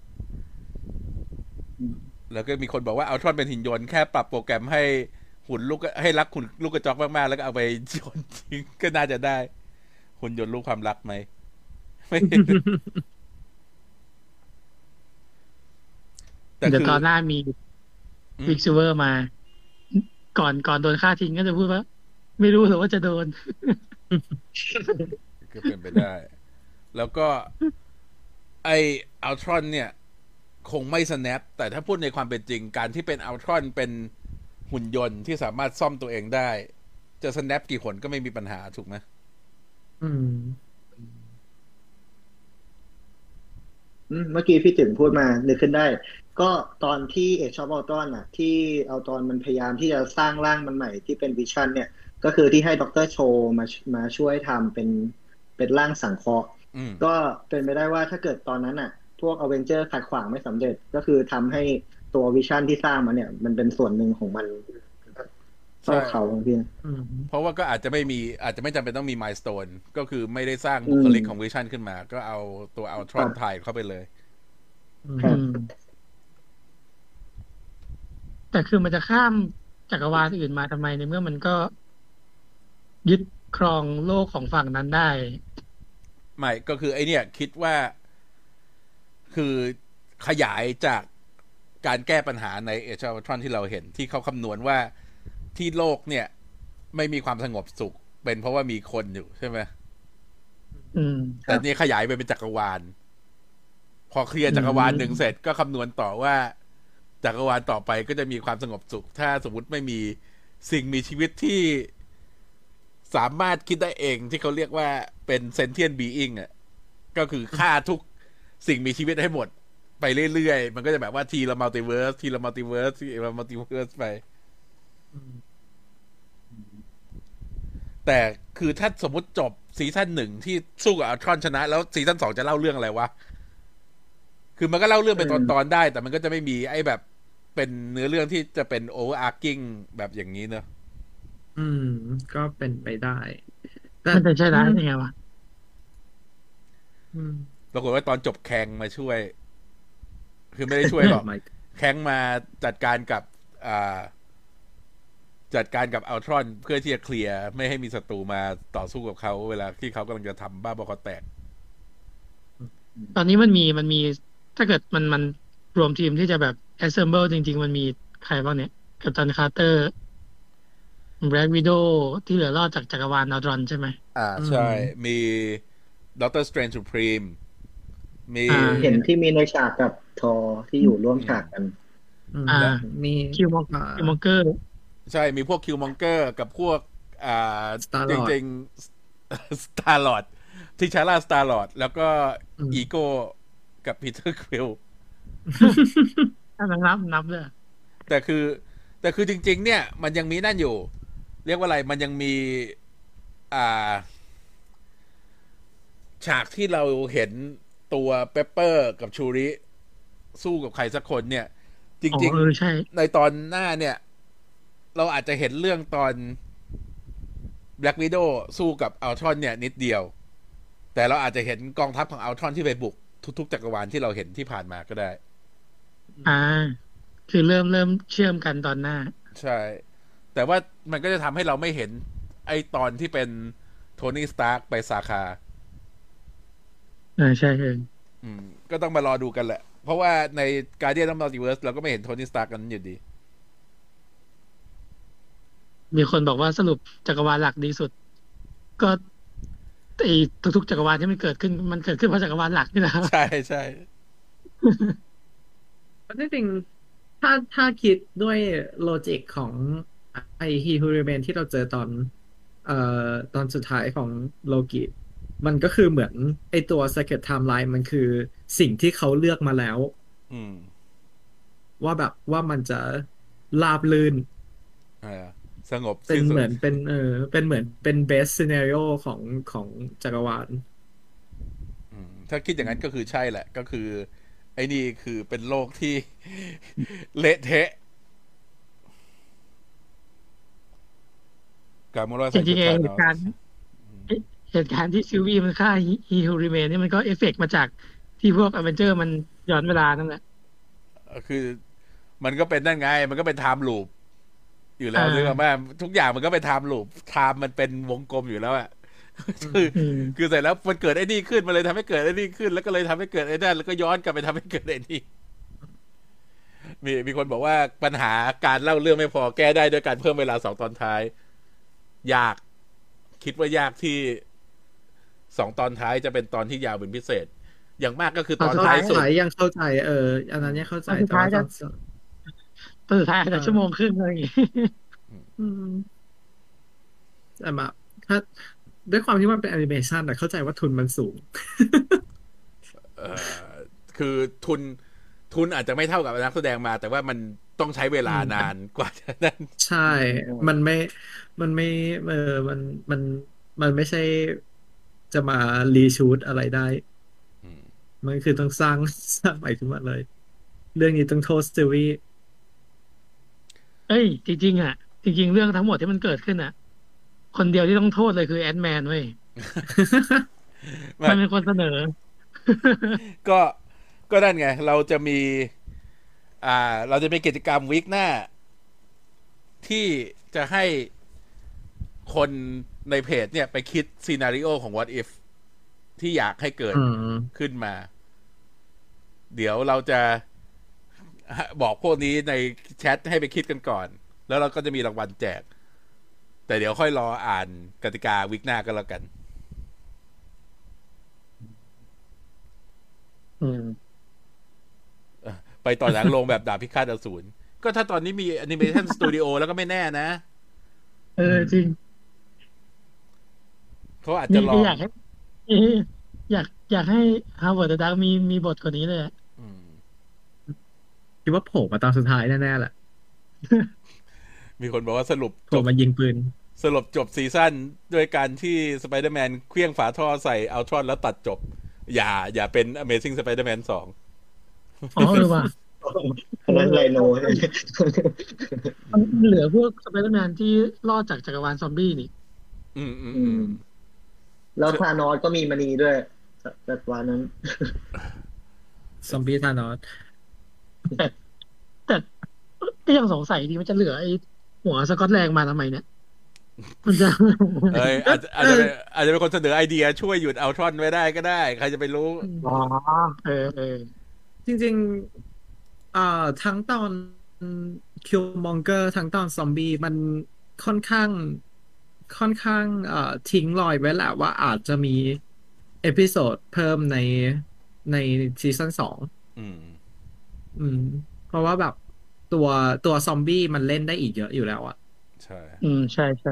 แล้วก็มีคนบอกว่าอัลทรอนเป็นหินยนต์แค่ปรับโปรแกรมให้หุ่นลูกให้รักหุ่นลูกกระจอกมากๆ แล้วก็เอาไปโยนทิ้งก็น่าจะได้ หุ่นยนต์ลูกความรักไหมไม่ แต่เดี๋ยวคือตอนหน้ามีอืมวิกซิเวอร์มา ก่อนก่อนโดนฆ่าทิ้งก็จะพูดว่า ไม่รู้หรอกว่าจะโดนก็เป็นไปได้ แล้วก็ไออัลทรอนเนี่ย คงไม่ snap แต่ถ้าพูดในความเป็นจริง การที่เป็นอัลทรอนเป็นหุ่นยนต์ที่สามารถซ่อมตัวเองได้ จะ snap กี่คนก็ไม่มีปัญหาถูกไหมอืมอืมเมื่อกี้พี่ถึงพูดมานึกขึ้นได้ ก็ตอนที่เอชอปอัลตรอนอ่ะ ที่อัลตรอนมันพยายามที่จะสร้างร่างมันใหม่ที่เป็นวิชั่นเนี่ย ก็คือที่ให้ด็อกเตอร์โชมามาช่วยทำเป็นเป็นร่างสังเคราะห์อืมก็เป็นไปได้ว่าถ้าเกิดตอนนั้นอ่ะ พวกอเวนเจอร์ขัดขวางไม่สำเร็จ ก็คือทำให้ตัววิชั่นที่สร้างมาเนี่ย มันเป็นส่วนหนึ่งของมันเท่าเขาพี่อืมเพราะว่าก็อาจจะไม่มีอาจจะไม่จำเป็นต้องมีมายสโตนก็คือไม่ได้สร้างบุคลิกของวิชั่นขึ้นมา ก็เอาตัวอัลทรอนถ่ายเข้าไปเลยครับอืม แต่คือมันจะข้ามจักรวาลอื่นมาทำไมในเมื่อมันก็ยึดครองโลกของฝั่งนั้นได้ไม่ก็คือไอเนี่ยคิดว่า คือขยายจากการแก้ปัญหาในเอชอัลทรอนที่เราเห็นที่เขาคำนวณว่าที่โลกเนี่ย ไม่มีความสงบสุข เป็นเพราะว่ามีคนอยู่ใช่ไหมอืมแต่นี่ขยายไปเป็นจักรวาล พอเคลียร์จักรวาลหนึ่งเสร็จก็คำนวณต่อว่า จักรวาลต่อไปก็จะมีความสงบสุข ถ้าสมมติไม่มีสิ่งมีชีวิตที่สามารถคิดได้เองที่เขาเรียกว่าเป็น sentient being อ่ะก็คือฆ่าทุกสิ่งมีชีวิตให้หมด ไปเรื่อยๆ มันก็จะแบบว่าทีละมัลติเวิร์สทีละมัลติเวิร์สทีละมัลติเวิร์สไป แต่คือถ้าสมมติจบซีซั่นหนึ่งที่สู้กับอัลทรอนชนะ แล้วซีซั่นสองจะเล่าเรื่องอะไรวะ คือมันก็เล่าเรื่องเป็นตอนๆได้ แต่มันก็จะไม่มีไอ้แบบเป็นเนื้อเรื่องที่จะเป็นโอเวอร์อาร์กิ้งแบบอย่างนี้เนอะอืม ก็เป็นไปได้ แต่มันจะใช่ได้ยังไงวะอืมปรากฏว่าตอนจบแคงมาช่วย คือไม่ได้ช่วยหรอกไม่แคงมาจัดการกับอ่าจัดการกับอัลทรอนเพื่อที่จะเคลียร์ไม่ให้มีศัตรูมาต่อสู้กับเขาเวลาที่เขากำลังจะทำบ้าบอคอแตกตอนนี้มันมีมันมี ถ้าเกิดมันมันรวมทีมที่จะแบบ assemble จริง ๆ มันมีใครบ้างเนี่ยกัปตันคาร์เตอร์แบล็กวิโดที่เหลือรอดจากจักรวาลอัลตรอนใช่ไหมอ่าใช่ มีด็อกเตอร์สเตรนจ์ซูพรีมมีอ่าเห็นที่มีในฉากกับทอที่อยู่ร่วมฉากกันอืมอ่ามีคิวมองอ่าคิวมองเกอร์ใช่มีพวกคิวมองเกอร์กับพวกอ่า Star จ Lord ริงๆ สตาร์ลอ d ที่ชาร่าสตาร์ลอ d แล้วก็อืมอีโก้กับพีเตอร์ควิลถ้านับนับเลยแต่คือ แต่คือจริง ๆ เนี่ย มันยังมีนั่นอยู่ เรียกว่าอะไรมันยังมี อ่า ฉากที่เราเห็นตัวเปปเปอร์กับชูริสู้กับใครสักคนเนี่ย จอ๋อริงเออใช่ๆ ในตอนหน้าเนี่ย เราอาจจะเห็นเรื่องตอน Black Widow สู้กับอัลทรอนเนี่ยนิดเดียว แต่เราอาจจะเห็นกองทัพของอัลทรอนที่ไปบุกทุกๆจักรวาลที่เราเห็นที่ผ่านมาก็ได้อ่า คือเริ่มเริ่มเชื่อมกันตอนหน้าใช่ แต่ว่ามันก็จะทำให้เราไม่เห็น ไอตอนที่เป็นโทนี่สตาร์กไปซาคาอ่าใช่เอออืม ก็ต้องมารอดูกันแหละ เพราะว่าใน Guardian of Multiverse เราก็ไม่เห็นโทนี่สตาร์กกันอยู่ดีมีคนบอกว่าสรุปจักรวาลหลักดีสุด ก็ไอทุกๆจักรวาลที่มันเกิดขึ้น มันเกิดขึ้นเพราะจักรวาลหลักนี่แหละใช่ใช่เพราะจริงๆถ้าถ้าคิดด้วยโลจิกของไอฮีฮูริเมนที่เราเจอตอนเอ่อตอนสุดท้ายของโลกิมันก็คือเหมือนไอตัว Sacred Timeline มันคือสิ่งที่เขาเลือกมาแล้วอืมว่าแบบว่ามันจะราบรื่นอ่า สงบเป็นสิ้นสุเหดมือนเป็นเออเป็นเหมือนเป็น best scenario ของของจักรวาลอืมถ้าคิดอย่างนั้นก็คือใช่แหละ ก็คือ ไอ้นี่คือเป็นโลกที่ เละเทะการมูราจใส่ริชุงดๆไอ้ทาเหนอตุสการณ์เหตุการณ์ที่ซิลวี่มันฆ่าฮีฮูริเมนนี่มันก็เอฟเฟกต์มาจากที่พวกอเวนเจอร์มันย้อนเวลานั่นแหละคือ มันก็เป็นนั่นไง มันก็เป็นไทม์ลูปอยู่แล้วอ่านึกออกไหมทุกอย่างมันก็เป็นไทม์ลูปไทม์มันเป็นวงกลมอยู่แล้วอะคืออืมคือเสร็จแล้วมันเกิดไอ้นี่ขึ้นมันเลยทำให้เกิดไอ้นี่ขึ้น แล้วก็เลยทำให้เกิดไอ้นั่นแล้วก็ย้อนกลับไปทำให้เกิดไอ้นี่มีมีคนบอกว่าปัญหาการเล่าเรื่องไม่พอแก้ได้ด้วยการเพิ่มเวลาสองตอนท้าย ยาก คิดว่ายากที่สองตอนท้ายจะเป็นตอนที่ยาวเป็นพิเศษ อย่างมากก็คือตอนตอนท้ายสุดท้ายยังเข้าใจเอออันนั้นยังเข้าใจตอนสุดแต่ว่าท้ายตจะอนสุดตอนสุดท้ายอาจจะชั่วโมงครึ่งอะไรอย่างงี้อืมแต่แบบถ้าด้วยความที่มันเป็นแอนิเมชันแต่เข้าใจว่าทุนมันสูงเอ่อคือทุนทุนอาจจะไม่เท่ากับนักแสดงมา แต่ว่ามันต้องใช้เวลานานกว่าจะนั้นใช่ มันไม่ มันไม่ เออ มัน มัน มันไม่ใช่จะมารีชูตอะไรได้อืมมันคือต้องสร้าง สร้างใหม่ขึ้นมาเลย เรื่องนี้ต้องโทษสตีวีเอ้ย จริงๆอ่ะ จริง ๆ เรื่องทั้งหมดที่มันเกิดขึ้นอ่ะ คนเดียวที่ต้องโทษเลยคือแอนแมนเว้ย มันเป็นคนเสนอก็ก็นั่นไง เราจะมี อ่า เราจะมีกิจกรรมวีคหน้า ที่จะให้คนในเพจเนี่ยไปคิดซีนาริโอของ What If ที่อยากให้เกิดอืมขึ้นมา เดี๋ยวเราจะบอกพวกนี้ในแชทให้ไปคิดกันก่อน แล้วเราก็จะมีรางวัลแจก แต่เดี๋ยวค่อยรออ่านกติกาวีคหน้าก็แล้วกันอืมไปต่อหนังลงแบบดาบพิฆาตอสูรก็ถ้าตอนนี้มีแอนิเมชันสตูดิโอแล้วก็ไม่แน่นะเออจริงเขาอาจจะนี่ลก็องอยากให้เอออยากอยากให้ฮาวเวิร์ดดักมีมีบทกว่านี้เลยอะอืมคิดว่าโผล่มาตอนสุดท้ายแน่ๆแหละมีคนบอกว่าสรุปโผจล่บมายิงปืนสรุปจบซีซั่นด้วยการที่สไปเดอร์แมนเคลี้ยงฝาท่อใส่อัลทรอนแล้วตัดจบ อย่า อย่าเป็น Amazing Spider-Man สองอ๋อเออว่ะอันนั้นไรโนมันเหลือพวกสไปเดอร์แมนที่รอดจากจักรวาลซอมบี้นี่อืมอืมอือืมมแล้วธานอสก็มีมณีด้วยจักรวาลนั้นซอมบี้ธานอสแต่แต่ก็ยังสงสัยดีมันจะเหลือไอ้หัวสกอตแลนด์มาทำไมเนี่ย มันจะเอ้ยอาจจะอาจจะเป็นอาจจะเป็นคนเสนอไอเดียช่วยหยุดอัลทรอนไว้ได้ก็ได้ ใครจะไปรู้อ๋อเออเออจริงๆเอ่อทั้งตอนคิวมองเกอร์ทั้งตอนซอมบี้มันค่อนข้าง ค่อนข้างเอ่อทิ้งรอยไว้แหละว่าอาจจะมีเอพิโซดเพิ่มในในซีซั่นสองอืมอืม เพราะว่าแบบตัวตัวซอมบี้มันเล่นได้อีกเยอะอยู่แล้วอะใช่อืมใช่ใช่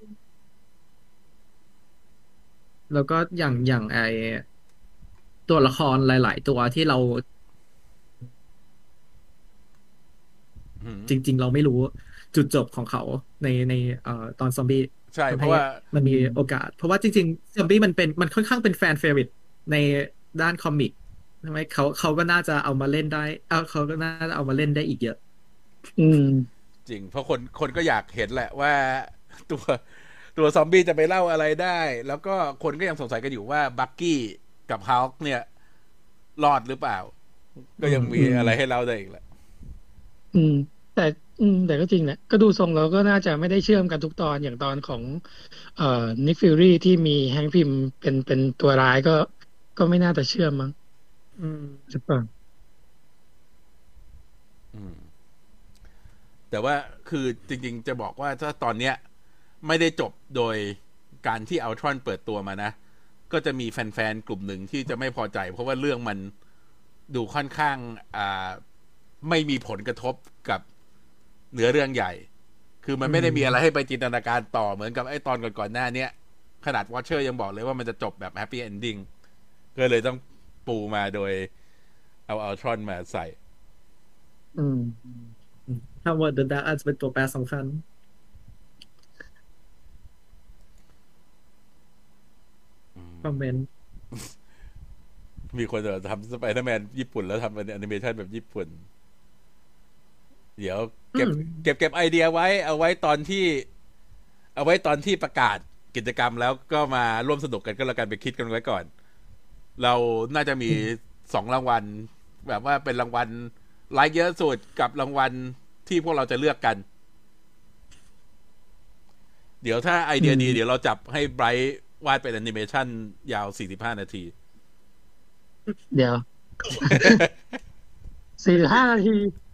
แล้วก็อย่างอย่างไอตัวละครหลาย ๆ ตัวที่เราอืมจริง ๆ เราไม่รู้จุดจบของเขาในในเอ่อตอนซอมบี้ใช่ทำเพให้ราะว่ามันมีโอกาส เพราะว่าจริง ๆ ซอมบี้มันเป็นมันค่อนข้างเป็นแฟนเฟรวิตในด้านคอมิกใช่ไหมเขาเขาก็น่าจะเอามาเล่นได้เอาเขาก็น่าจะเอามาเล่นได้อีกเยอะอืมจริง เพราะคนคนก็อยากเห็นแหละว่า ตัวตัวซอมบี้จะไปเล่าอะไรได้ แล้วก็คนก็ยังสงสัยกันอยู่ว่าบักกี้กับฮัลค์เนี่ย รอดหรือเปล่า ก็ยังมีอืมอะไรให้เล่าได้อีกแหละอืม แต่อืมแต่ก็จริงแหละก็ดูทรงเราก็น่าจะไม่ได้เชื่อมกันทุกตอนอย่างตอนของ เอ่อนิกฟิลลี่ที่มีแฮงค์พิมเป็นเป็นตัวร้ายก็ก็ไม่น่าจะเชื่อมมั้งอืมใช่ป่ะอืม แต่ว่าคือจริง ๆ จะบอกว่าถ้าตอนเนี้ย ไม่ได้จบโดยการที่อัลทรอนเปิดตัวมานะ ก็จะมีแฟน ๆ กลุ่มหนึ่งที่จะไม่พอใจ เพราะว่าเรื่องมันดูค่อนข้างอ่าไม่มีผลกระทบกับเนื้อเรื่องใหญ่ คือมันไม่ได้มีอะไรให้ไปจินตนาการต่อเหมือนกับไอ้ตอนก่อนๆหน้าเนี้ยขนาดวอชเชอร์ยังบอกเลยว่ามันจะจบแบบแฮปปี้เอนดิ้งก็เลยต้องปูมาโดยเอาอัลทรอนมาใส่อืมถ้าเวิร์ดเดอะอาจจะเป็นตัวแปรสำคัญ คอมเมนต์มีคนจะทำสไปเดอร์แมนญี่ปุ่นแล้วทำเป็นแอนิเมชันแบบญี่ปุ่น เดี๋ยวเก็บอืมเก็บเก็บไอเดียไว้เอาไว้ตอนที่ เอาไว้ตอนที่ประกาศกิจกรรมแล้วก็มาร่วมสนุกกันก็แล้วกันไปคิดกันไว้ก่อน เราน่าจะมีสองรางวัล แบบว่าเป็นรางวัลไลค์เยอะสุดกับรางวัลที่พวกเราจะเลือกกัน เดี๋ยวถ้าไอเดียดีอืมเดี๋ยวเราจับให้ไบรท์วาดเป็นแอนิเมชันยาวสี่สิบห้านาทีเดี๋ยว สี่สิบห้านาที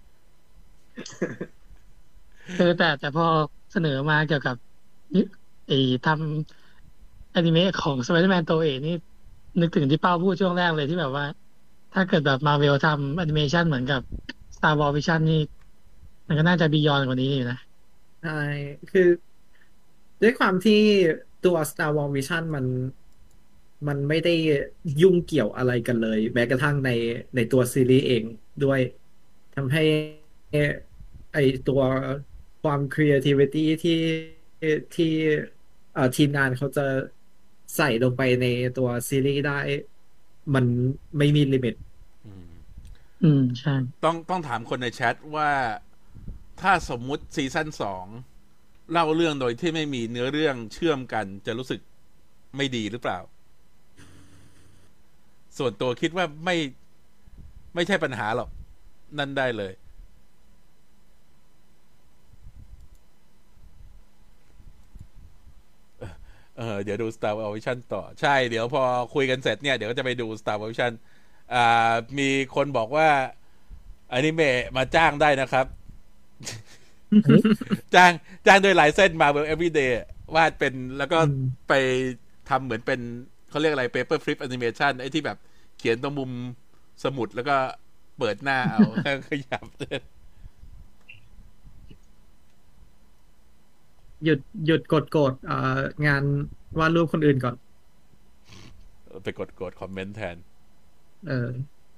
เออแต่แต่พอเสนอมาเกี่ยวกับนี่ไอ้ทำอนิเมะของสไปเดอร์แมนตัวเอกนี่ นึกถึงที่เป้าพูดช่วงแรกเลยที่แบบว่า ถ้าเกิดแบบมาเวลทำแอนิเมชันเหมือนกับ Star Wars Vision นี่ มันก็น่าจะบียอนกว่านี้อยู่นะใช่ คือด้วยความที่ตัว Star Wars Vision มันมันไม่ได้ยุ่งเกี่ยวอะไรกันเลย แม้กระทั่งในในตัวซีรีส์เองด้วยทำให้ไอตัวความ creativity ที่ที่เอ่อทีมงานเขาจะใส่ลงไปในตัวซีรีส์ได้ มันไม่มีลิมิตอืมอืมใช่ต้องต้องถามคนในแชทว่าถ้าสมมุติซีซั่นสองเล่าเรื่องโดยที่ไม่มีเนื้อเรื่องเชื่อมกันจะรู้สึกไม่ดีหรือเปล่า ส่วนตัวคิดว่าไม่ไม่ใช่ปัญหาหรอก นั่นได้เลย เออเดี๋ยวดู Star Wars Vision ต่อ ใช่ เดี๋ยวพอคุยกันเสร็จเนี่ย เดี๋ยวก็จะไปดู Star Wars Vision อ่ามีคนบอกว่าอนิเมะมาจ้างได้นะครับ จ้างจ้างด้วยลายเส้น Marvel Everyday วาดเป็นแล้วก็อืมไปทำเหมือนเป็นเขาเรียกอะไร Paper Flip Animation ไอ้ที่แบบเขียนตรงมุมสมุดแล้วก็เปิดหน้าเอา ขยับหยุดหยุดกดกดเอ่องานวาดรูปคนอื่นก่อนไปกดกดคอมเมนต์แทนเออ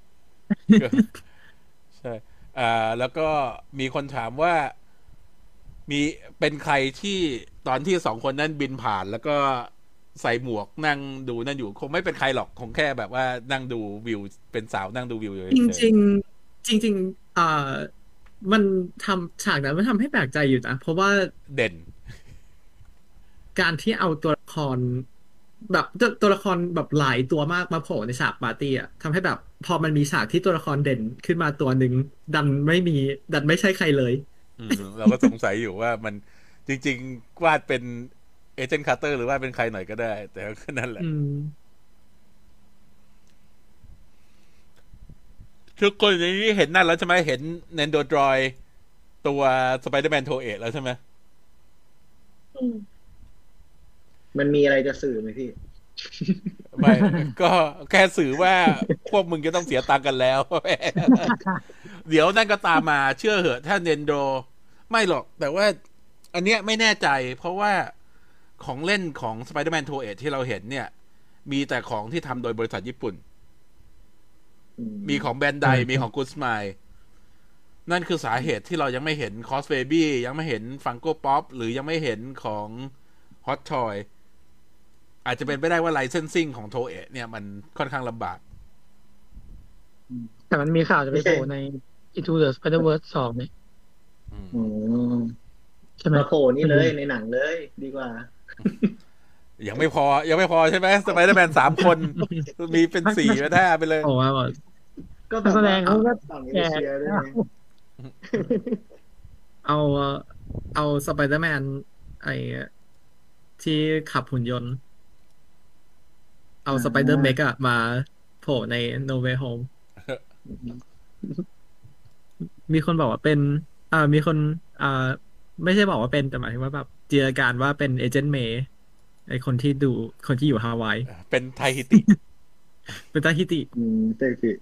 ใช่ อ่า แล้วก็มีคนถามว่ามีเป็นใครที่ตอนที่สองคนนั้นบินผ่าน แล้วก็ใส่หมวกนั่งดูนั่นอยู่ คงไม่เป็นใครหรอกคงแค่แบบว่านั่งดูวิวเป็นสาวนั่งดูวิวอยู่จริงๆจริงๆเอ่อมันทำฉากนั้นมันทำให้แปลกใจอยู่นะ เพราะว่าเด่นการที่เอาตัวละคร แบบตัวตัวละครแบบหลายตัวมากมาโผล่ในฉากปาร์ตี้อะทำให้แบบพอมันมีฉากที่ตัวละครเด่นขึ้นมาตัวหนึ่งดันไม่มีดันไม่ใช่ใครเลยอืมเราก็สงสัยอยู่ว่ามันจริง ๆ วาดเป็นเอเจนต์คาร์เตอร์หรือว่าเป็นใครหน่อยก็ได้ แต่ก็นั่นแหละอืมทุกคนในนี้เห็นนั่นแล้วใช่ไหมเห็นเนนโดดรอยตัวสไปเดอร์แมนโทเอะแล้วใช่ไหมมันมีอะไรจะสื่อไหมพี่ไม่ก็แค่สื่อว่าพวกมึงจะต้องเสียตังค์กันแล้ว เดี๋ยวนั่นก็ตามมาเชื่อเหอะถ้าเนนโดไม่หรอกแต่ว่าอันเนี้ยไม่แน่ใจเพราะว่าของเล่นของ Spider-Man โทเอทที่เราเห็นเนี่ย มีแต่ของที่ทำโดยบริษัทญี่ปุ่นอืมมีของแบรนด์ใดมีของ Good Smile นั่นคือสาเหตุที่เรายังไม่เห็น Cos Baby ยังไม่เห็น Funko Pop หรือยังไม่เห็นของ Hot Toy อาจจะเป็นไปได้ว่า licensing ของโทเอะเนี่ยมันค่อนข้างลำบากแต่มันมีข่าวจะไปไม่ใช่โผล่ใน Into the Spider-Verse สองนี่อืมอืมใช่ไหมมาโผล่นี่เลยในหนังเลย ดีกว่ายังไม่พอ ยังไม่พอใช่ไหมสไปเดอร์แมนสามคน มีเป็นสี่ไปแท้ไปเลยโอ้ว่าแบบก็แบบแสดว่างเขาก็ฝั่งเอแก่เชียด้วยไงเอาเอาสไปเดอร์แมนไอที่ขับหุ่นยนต์ เอาอ่าสไปเดอร์เมกอะมาโผล่ใน No Way Home มีคนบอกว่าเป็น อ่า มีคน อ่า ไม่ใช่บอกว่าเป็น แต่หมายถึงว่าแบบจินตนาการว่าเป็นเอเจนต์เมย์ไอคนที่ดู คนที่อยู่ฮาวายเป็นไทฮิติเป็นตาฮิติอืมเจ๊กิ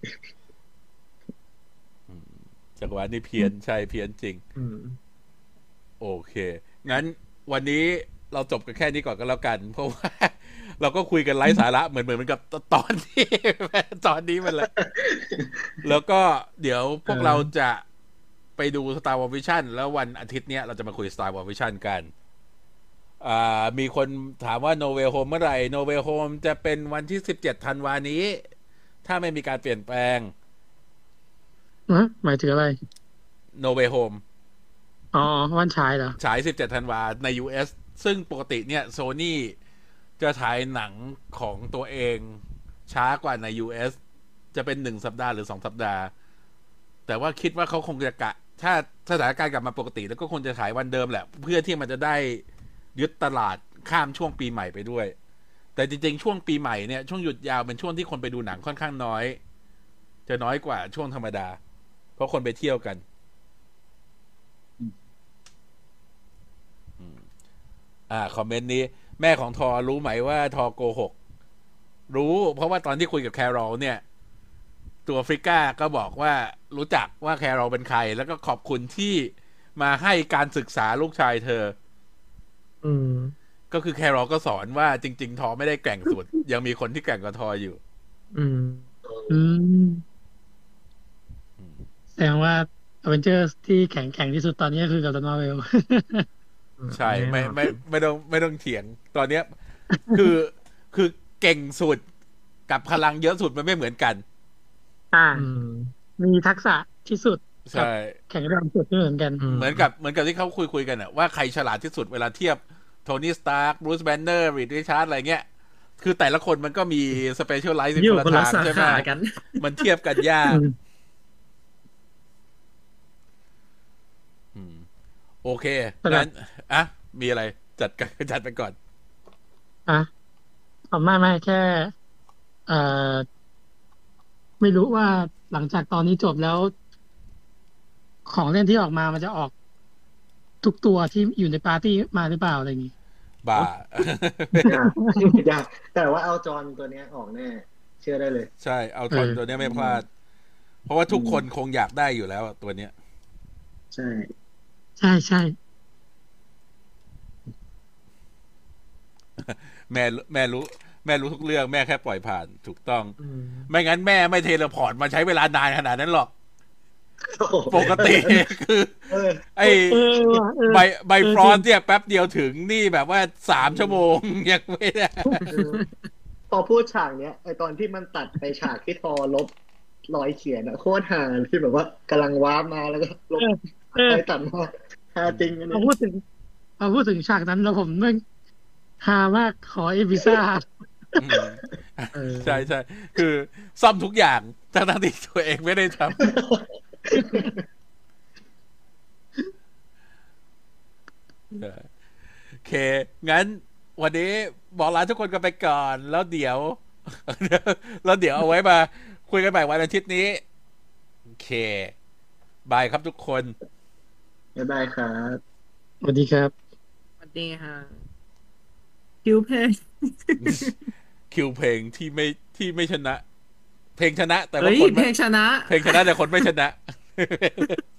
จักรวาลนี่เพี้ยนใช่เพี้ยนจริงอืมโอเค งั้นวันนี้เราจบกันแค่นี้ก่อนก็แล้วกัน เพราะว่า เราก็คุยกันไร้สาระเหมือนเหมือนกับตอนที่ ตอนนี้มันเลย แล้วก็เดี๋ยวพวกเออเราจะไปดู Star Wars Vision แล้ววันอาทิตย์เนี้ยเราจะมาคุย Star Wars Vision กัน อ่า มีคนถามว่า No Way Home เมื่อไหร่ No Way Home จะเป็นวันที่สิบเจ็ดธันวานี้ ถ้าไม่มีการเปลี่ยนแปลงฮะหมายถึงอะไร No Way Home อ๋อวันฉายเหรอฉายสิบเจ็ดธันวาใน ยู เอส ซึ่งปกติเนี่ย Sony จะฉายหนังของตัวเองช้ากว่าใน ยู เอส จะเป็นหนึ่งสัปดาห์หรือสองสัปดาห์ แต่ว่าคิดว่าเขาคงจะกะ ถ้าสถานการณ์กลับมาปกติแล้วก็คงจะฉายวันเดิมแหละ เพื่อที่มันจะได้ยึดตลาดข้ามช่วงปีใหม่ไปด้วย แต่จริงๆ ช่วงปีใหม่เนี่ยช่วงหยุดยาวเป็นช่วงที่คนไปดูหนังค่อนข้างน้อย จะน้อยกว่าช่วงธรรมดา เพราะคนไปเที่ยวกัน อ่าคอมเมนต์นี้แม่ของทอรู้ไหมว่าทอโกหก รู้ เพราะว่าตอนที่คุยกับแครอลเนี่ย ตัวฟริก้าก็บอกว่ารู้จักว่าแครอลเป็นใคร แล้วก็ขอบคุณที่มาให้การศึกษาลูกชายเธออืมก็คือแครอลก็สอนว่าจริง ๆ ทอไม่ได้แกร่งสุด ยังมีคนที่แกร่งกว่าทออยู่อืมอืมแสดงว่าอเวนเจอร์ที่แข็งแกร่งที่สุดตอนนี้ก็คือกับตันมาเวลใช่ไม่ไม่ไม่ต้องไม่ต้องเถียง ตอนเนี้ย คือคือเก่งสุดกับพลังเยอะสุดมันไม่เหมือนกันอ่าอืมมีทักษะที่สุดใช่แข็งแรงสุดไม่เหมือนกันอืมเหมือนกับเหมือนกับที่เขาคุยคุยกันอะว่าใครฉลาดที่สุดเวลาเทียบโทนี่สตาร์กบรูซแบนเนอร์รีดริชาร์ดอะไรเงี้ย คือแต่ละคนมันก็มีสเปเชียลไลซ์อยู่คนละคนละทางสาใช่ไหมขากันมันเทียบกันยากอืมอืมโอเคแต่ละงั้นอ่ะมีอะไรจัดกันจัดไปก่อนอ่ะอ๋อไม่ไม่แค่ เอ่อ ไม่รู้ว่าหลังจากตอนนี้จบแล้ว ของเล่นที่ออกมามันจะออกทุกตัวที่อยู่ในปาร์ตี้มาหรือเปล่าอะไรอย่างงี้บ้ายาก ยากแต่ว่าเอาจอนตัวเนี้ยออกแน่ เชื่อได้เลยใช่เอาทอนเออตัวเนี้ยไม่พลาด เพราะว่าทุกคนคงอยากได้อยู่แล้วอะตัวเนี้ยใช่ใช่ใช่แม่แม่รู้ แม่รู้ทุกเรื่องแม่แค่ปล่อยผ่านถูกต้องอืมไม่งั้นแม่ไม่เทเลพอร์ตมาใช้เวลานานขนาดนั้นหรอกโอ้โหปกติ คือเออไอ้เออว่ะเออใบใบเออฟรอนต์จริงเนี่ยแป๊บเดียวถึงนี่แบบว่าสามชั่วโมง ยังไม่ได้เออพอพูดฉากเนี้ยไอตอนที่มันตัดไปฉากที่ทอลบรอยเขียนอะโคตรหาที่แบบว่ากำลังว้าร์ปมาแล้วก็ลบเออไปตัดมาฮาจริงอันพอเนี้ยพูดถึงพอพูดถึงฉากนั้นแล้วผมนึกฮามากขอเอพิซ่าอืมเออใช่ใช่คือซ่อมทุกอย่างทั้งๆที่ตัวเองไม่ได้ทำ เออโอเค งั้นวันนี้บอกลาทุกคนกันไปก่อน แล้วเดี๋ยว แล้วเดี๋ยวเอาไว้มา คุยกันใหม่วันอาทิตย์นี้ โอเค บายครับทุกคนบ๊ายบายครับสวัสดีครับสวัสดีค่ะคิวเพย์เคคิวเพลงที่ไม่ที่ไม่ชนะ เพลงชนะ แต่ว่าเฮ้ยคนเพลไม่งชนะเพลงชนะแต่คนไม่ชนะ